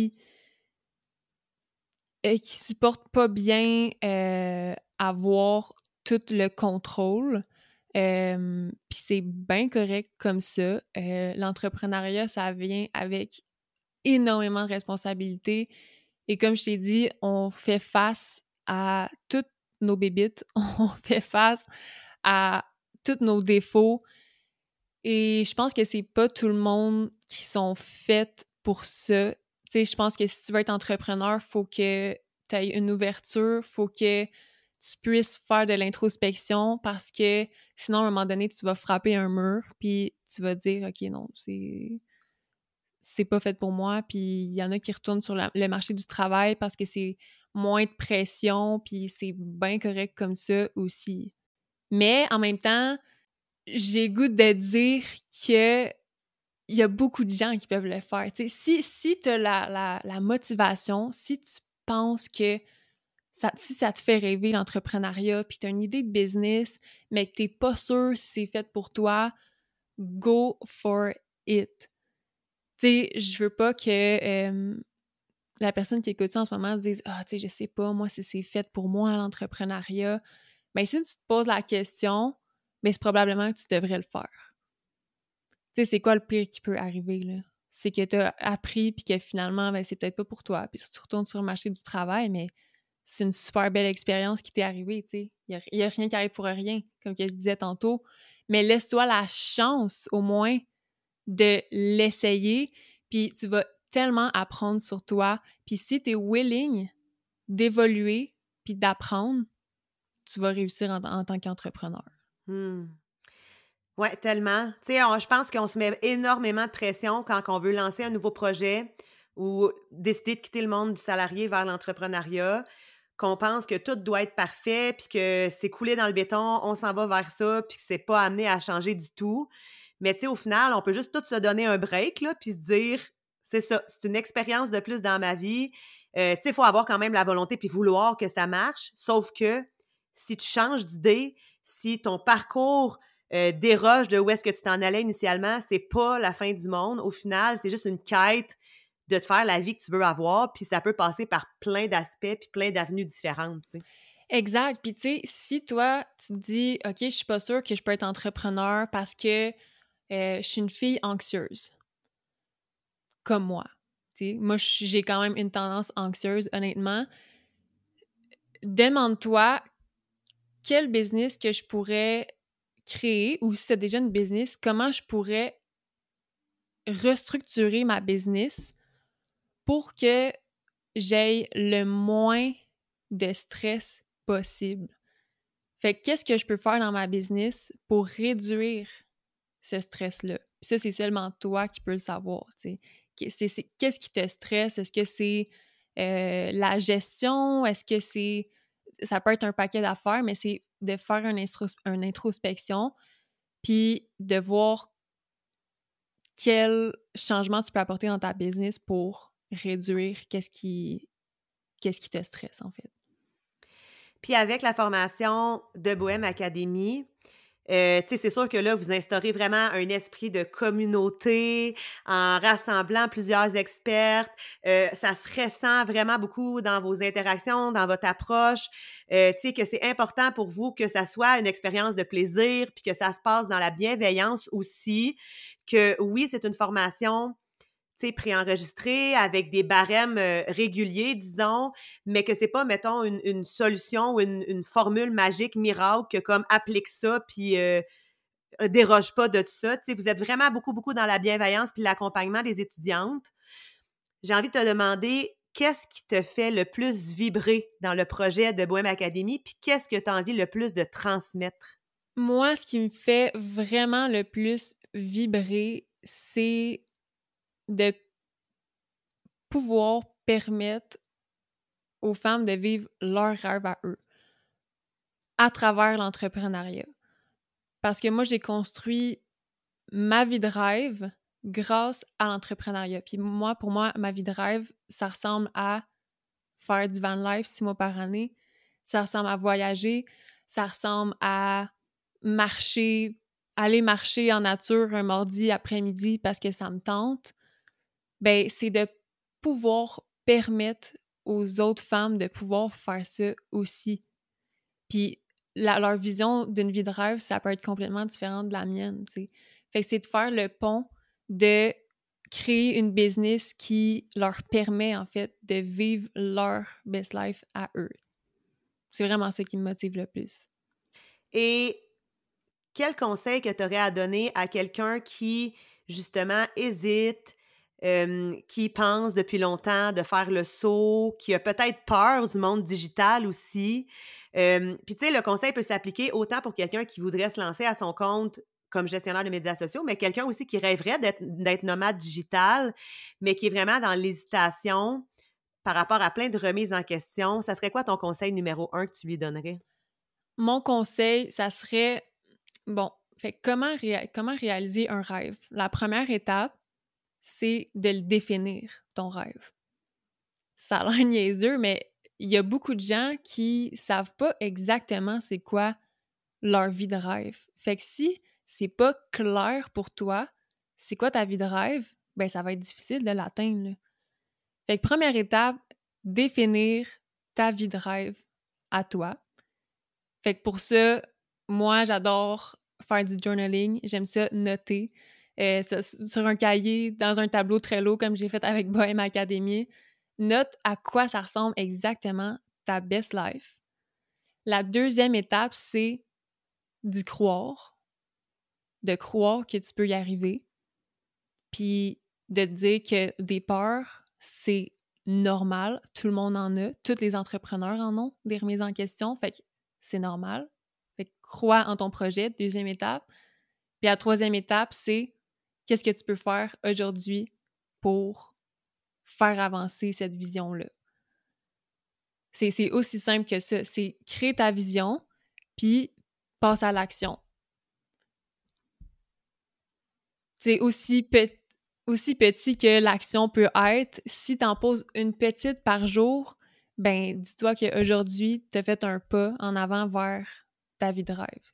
qui supportent pas bien, avoir tout le contrôle. Puis c'est bien correct comme ça. L'entrepreneuriat, ça vient avec énormément de responsabilités et comme je t'ai dit, on fait face à toutes nos bébites, on fait face à tous nos défauts et je pense que c'est pas tout le monde qui sont faits pour ça. Tu sais, je pense que si tu veux être entrepreneur, faut que tu aies une ouverture, faut que tu puisses faire de l'introspection parce que sinon, à un moment donné, tu vas frapper un mur puis tu vas te dire « OK, non, c'est pas fait pour moi », puis il y en a qui retournent sur le marché du travail parce que c'est moins de pression puis c'est bien correct comme ça aussi. Mais en même temps, j'ai le goût de dire que il y a beaucoup de gens qui peuvent le faire. Tu sais, si tu as la motivation, si tu penses que si ça te fait rêver l'entrepreneuriat, puis tu as une idée de business, mais que tu n'es pas sûr si c'est fait pour toi, go for it. Tu sais, je veux pas que la personne qui écoute ça en ce moment se dise « Ah, tu sais, je sais pas, moi, si c'est fait pour moi, l'entrepreneuriat. » Mais si tu te poses la question, mais c'est probablement que tu devrais le faire. Tu sais, c'est quoi le pire qui peut arriver, là? C'est que tu as appris puis que finalement, ben, c'est peut-être pas pour toi. Puis si tu retournes sur le marché du travail, mais c'est une super belle expérience qui t'est arrivée, tu sais. Il y a rien qui arrive pour rien, comme que je disais tantôt. Mais laisse-toi la chance, au moins, de l'essayer, puis tu vas tellement apprendre sur toi. Puis si tu es willing d'évoluer puis d'apprendre, tu vas réussir en tant qu'entrepreneur. Hmm. Ouais, tellement. Tu sais, je pense qu'on se met énormément de pression quand on veut lancer un nouveau projet ou décider de quitter le monde du salarié vers l'entrepreneuriat, qu'on pense que tout doit être parfait, puis que c'est coulé dans le béton, on s'en va vers ça, puis que c'est pas amené à changer du tout. Mais tu sais, au final, on peut juste tout se donner un break, là, puis se dire, c'est ça, c'est une expérience de plus dans ma vie. Tu sais, il faut avoir quand même la volonté puis vouloir que ça marche, sauf que si tu changes d'idée, si ton parcours déroge de où est-ce que tu t'en allais initialement, c'est pas la fin du monde. Au final, c'est juste une quête de te faire la vie que tu veux avoir, puis ça peut passer par plein d'aspects puis plein d'avenues différentes, tu sais. Exact. Puis tu sais, si toi, tu te dis « OK, je suis pas sûre que je peux être entrepreneur parce que je suis une fille anxieuse. » Comme moi. Tu sais, moi, j'ai quand même une tendance anxieuse, honnêtement. Demande-toi quel business que je pourrais créer ou si c'est déjà une business, comment je pourrais restructurer ma business pour que j'aie le moins de stress possible. Fait que qu'est-ce que je peux faire dans ma business pour réduire ce stress-là? Puis ça, c'est seulement toi qui peux le savoir, tu sais. Qu'est-ce qui te stresse? Est-ce que c'est la gestion? Est-ce que c'est... Ça peut être un paquet d'affaires, mais c'est de faire une introspection puis de voir quel changement tu peux apporter dans ta business pour réduire qu'est-ce qui te stresse, en fait. Puis avec la formation de Bohème Academy, tu sais, c'est sûr que là, vous instaurez vraiment un esprit de communauté en rassemblant plusieurs expertes. Ça se ressent vraiment beaucoup dans vos interactions, dans votre approche. Tu sais, que c'est important pour vous que ça soit une expérience de plaisir, puis que ça se passe dans la bienveillance aussi. Que oui, c'est une formation préenregistré avec des barèmes réguliers, disons, mais que c'est pas, mettons, une solution ou une formule magique miracle que comme applique ça puis déroge pas de tout ça. Tu sais, vous êtes vraiment beaucoup, beaucoup dans la bienveillance puis l'accompagnement des étudiantes. J'ai envie de te demander qu'est-ce qui te fait le plus vibrer dans le projet de Bohème Academy puis qu'est-ce que tu as envie le plus de transmettre? Moi, ce qui me fait vraiment le plus vibrer, c'est de pouvoir permettre aux femmes de vivre leur rêve à eux à travers l'entrepreneuriat. Parce que moi, j'ai construit ma vie de rêve grâce à l'entrepreneuriat. Puis moi, pour moi, ma vie de rêve, ça ressemble à faire du van life 6 mois par année. Ça ressemble à voyager. Ça ressemble à aller marcher en nature un mardi après-midi parce que ça me tente. Ben, c'est de pouvoir permettre aux autres femmes de pouvoir faire ça aussi. Puis leur vision d'une vie de rêve, ça peut être complètement différent de la mienne, tu sais. Fait que c'est de faire le pont de créer une business qui leur permet, en fait, de vivre leur best life à eux. C'est vraiment ça qui me motive le plus. Et quel conseil que tu aurais à donner à quelqu'un qui, justement, hésite, qui pense depuis longtemps de faire le saut, qui a peut-être peur du monde digital aussi? Puis, tu sais, le conseil peut s'appliquer autant pour quelqu'un qui voudrait se lancer à son compte comme gestionnaire de médias sociaux, mais quelqu'un aussi qui rêverait d'être nomade digital, mais qui est vraiment dans l'hésitation par rapport à plein de remises en question. Ça serait quoi ton conseil numéro 1 que tu lui donnerais? Mon conseil, ça serait, bon, fait comment réaliser un rêve? La première étape, c'est de le définir, ton rêve. Ça a l'air niaiseux, mais il y a beaucoup de gens qui savent pas exactement c'est quoi leur vie de rêve. Fait que si c'est pas clair pour toi, c'est quoi ta vie de rêve, ben ça va être difficile de l'atteindre, là. Fait que première étape, définir ta vie de rêve à toi. Fait que pour ça, moi, j'adore faire du journaling. J'aime ça noter sur un cahier, dans un tableau Trello, comme j'ai fait avec Bohème Academy. Note à quoi ça ressemble exactement ta best life. La deuxième étape, c'est d'y croire, de croire que tu peux y arriver, puis de te dire que des peurs, c'est normal, tout le monde en a, tous les entrepreneurs en ont, des remises en question, fait que c'est normal. Fait que crois en ton projet, deuxième étape. Puis la troisième étape, c'est qu'est-ce que tu peux faire aujourd'hui pour faire avancer cette vision-là. C'est aussi simple que ça, c'est créer ta vision, puis passe à l'action. C'est aussi petit que l'action peut être. Si tu en poses une petite par jour, ben dis-toi qu'aujourd'hui, tu as fait un pas en avant vers ta vie de rêve.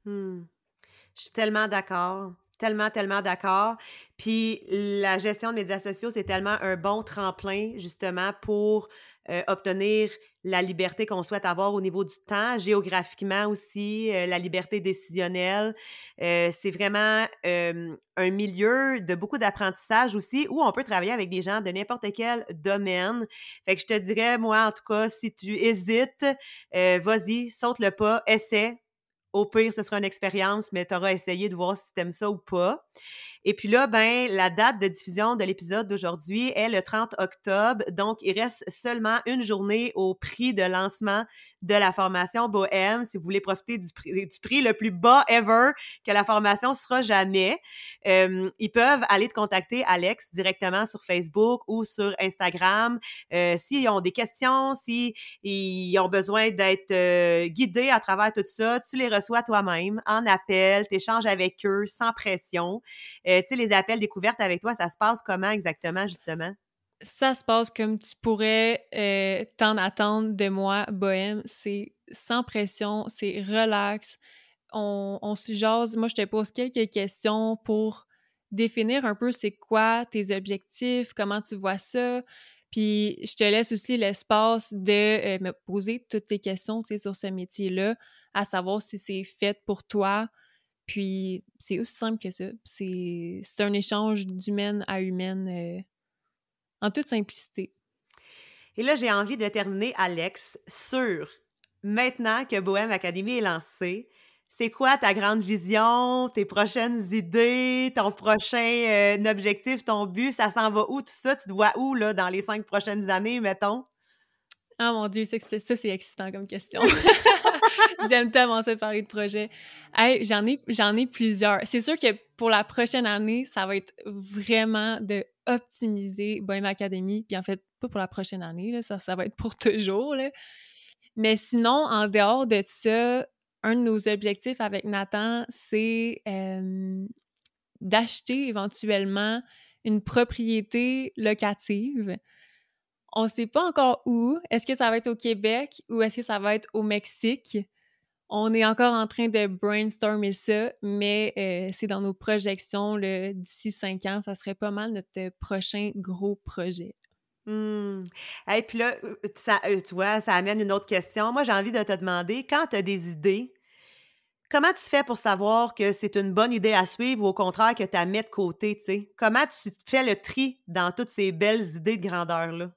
Je suis tellement d'accord. Tellement, tellement d'accord. Puis la gestion de médias sociaux, c'est tellement un bon tremplin, justement, pour obtenir la liberté qu'on souhaite avoir au niveau du temps, géographiquement aussi, la liberté décisionnelle. C'est vraiment un milieu de beaucoup d'apprentissage aussi, où on peut travailler avec des gens de n'importe quel domaine. Fait que je te dirais, moi, en tout cas, si tu hésites, vas-y, saute le pas, essaie. Au pire, ce sera une expérience, mais tu auras essayé de voir si tu aimes ça ou pas. Et puis là, ben, la date de diffusion de l'épisode d'aujourd'hui est le 30 octobre. Donc, il reste seulement une journée au prix de lancement de la formation Bohème. Si vous voulez profiter du prix le plus bas ever, que la formation sera jamais, ils peuvent aller te contacter, Alex, directement sur Facebook ou sur Instagram. S'ils ont des questions, s'ils ont besoin d'être guidés à travers tout ça, tu les reçois toi-même en appel, tu échanges avec eux sans pression. Tu sais, les appels découvertes avec toi, ça se passe comment exactement, justement? Ça se passe comme tu pourrais t'en attendre de moi, Bohème. C'est sans pression, c'est relax. On se jase. Moi, je te pose quelques questions pour définir un peu c'est quoi tes objectifs, comment tu vois ça. Puis, je te laisse aussi l'espace de me poser toutes tes questions, tu sais, sur ce métier-là, à savoir si c'est fait pour toi. Puis, c'est aussi simple que ça. C'est un échange d'humaine à humaine en toute simplicité. Et là, j'ai envie de terminer, Alex, sur maintenant que Bohème Academy est lancé, c'est quoi ta grande vision, tes prochaines idées, ton prochain objectif, ton but? Ça s'en va où tout ça? Tu te vois où là, dans les 5 prochaines années, mettons? Ah mon Dieu, c'est excitant comme question. J'aime tellement ça parler de projet. Hey, j'en ai plusieurs. C'est sûr que pour la prochaine année, ça va être vraiment de optimiser Bohème Academy. Puis en fait, pas pour la prochaine année, là, ça va être pour toujours, là. Mais sinon, en dehors de ça, un de nos objectifs avec Nathan, c'est d'acheter éventuellement une propriété locative. On ne sait pas encore où. Est-ce que ça va être au Québec ou est-ce que ça va être au Mexique? On est encore en train de brainstormer ça, mais c'est dans nos projections. D'ici 5 ans, ça serait pas mal notre prochain gros projet. Et puis là, tu vois, ça amène une autre question. Moi, j'ai envie de te demander, quand tu as des idées, comment tu fais pour savoir que c'est une bonne idée à suivre ou au contraire que tu la mets de côté, tu sais? Comment tu fais le tri dans toutes ces belles idées de grandeur-là?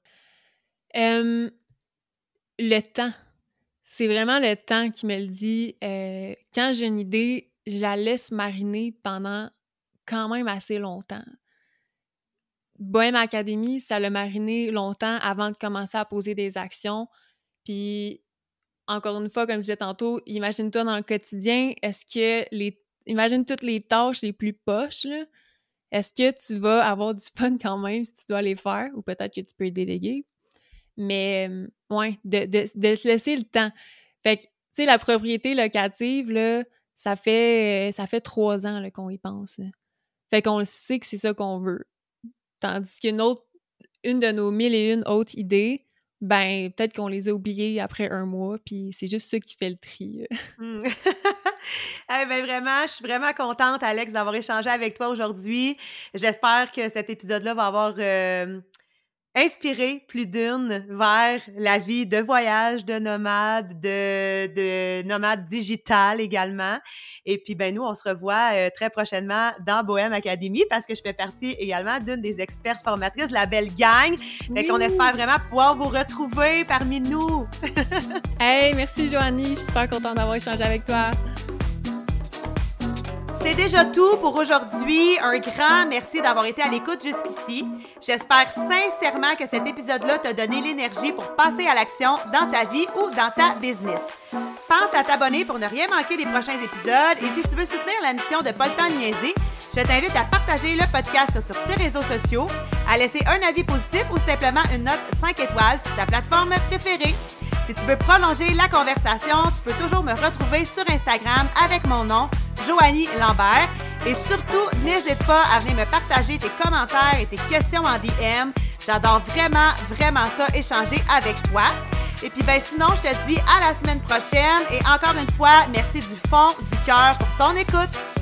Le temps. C'est vraiment le temps qui me le dit. Quand j'ai une idée, je la laisse mariner pendant quand même assez longtemps. Bohème Academy, ça l'a mariné longtemps avant de commencer à poser des actions. Puis, encore une fois, comme je disais tantôt, imagine-toi dans le quotidien, imagine toutes les tâches les plus poches, là. Est-ce que tu vas avoir du fun quand même si tu dois les faire? Ou peut-être que tu peux déléguer. Mais, ouais, de se laisser le temps. Fait que, tu sais, la propriété locative, là, ça fait 3 ans là, qu'on y pense, là. Fait qu'on le sait que c'est ça qu'on veut. Tandis qu'une de nos 1001 autres idées, ben peut-être qu'on les a oubliées après 1 mois, puis c'est juste ça qui fait le tri. Mmh. Eh ben vraiment, je suis vraiment contente, Alex, d'avoir échangé avec toi aujourd'hui. J'espère que cet épisode-là va avoir inspiré plus d'une vers la vie de voyage, de nomade, de nomade digital également. Et puis, ben nous, on se revoit très prochainement dans Bohème Academy parce que je fais partie également d'une des expertes formatrices de la belle gang. Fait qu'on espère vraiment pouvoir vous retrouver parmi nous. Hey, merci Joanie, je suis super contente d'avoir échangé avec toi. C'est déjà tout pour aujourd'hui. Un grand merci d'avoir été à l'écoute jusqu'ici. J'espère sincèrement que cet épisode-là t'a donné l'énergie pour passer à l'action dans ta vie ou dans ta business. Pense à t'abonner pour ne rien manquer des prochains épisodes et si tu veux soutenir la mission de Pas le temps de niaiser, je t'invite à partager le podcast sur tes réseaux sociaux, à laisser un avis positif ou simplement une note 5 étoiles sur ta plateforme préférée. Si tu veux prolonger la conversation, tu peux toujours me retrouver sur Instagram avec mon nom, Joanie Lambert. Et surtout, n'hésite pas à venir me partager tes commentaires et tes questions en DM. J'adore vraiment, vraiment ça, échanger avec toi. Et puis, ben sinon, je te dis à la semaine prochaine. Et encore une fois, merci du fond du cœur pour ton écoute.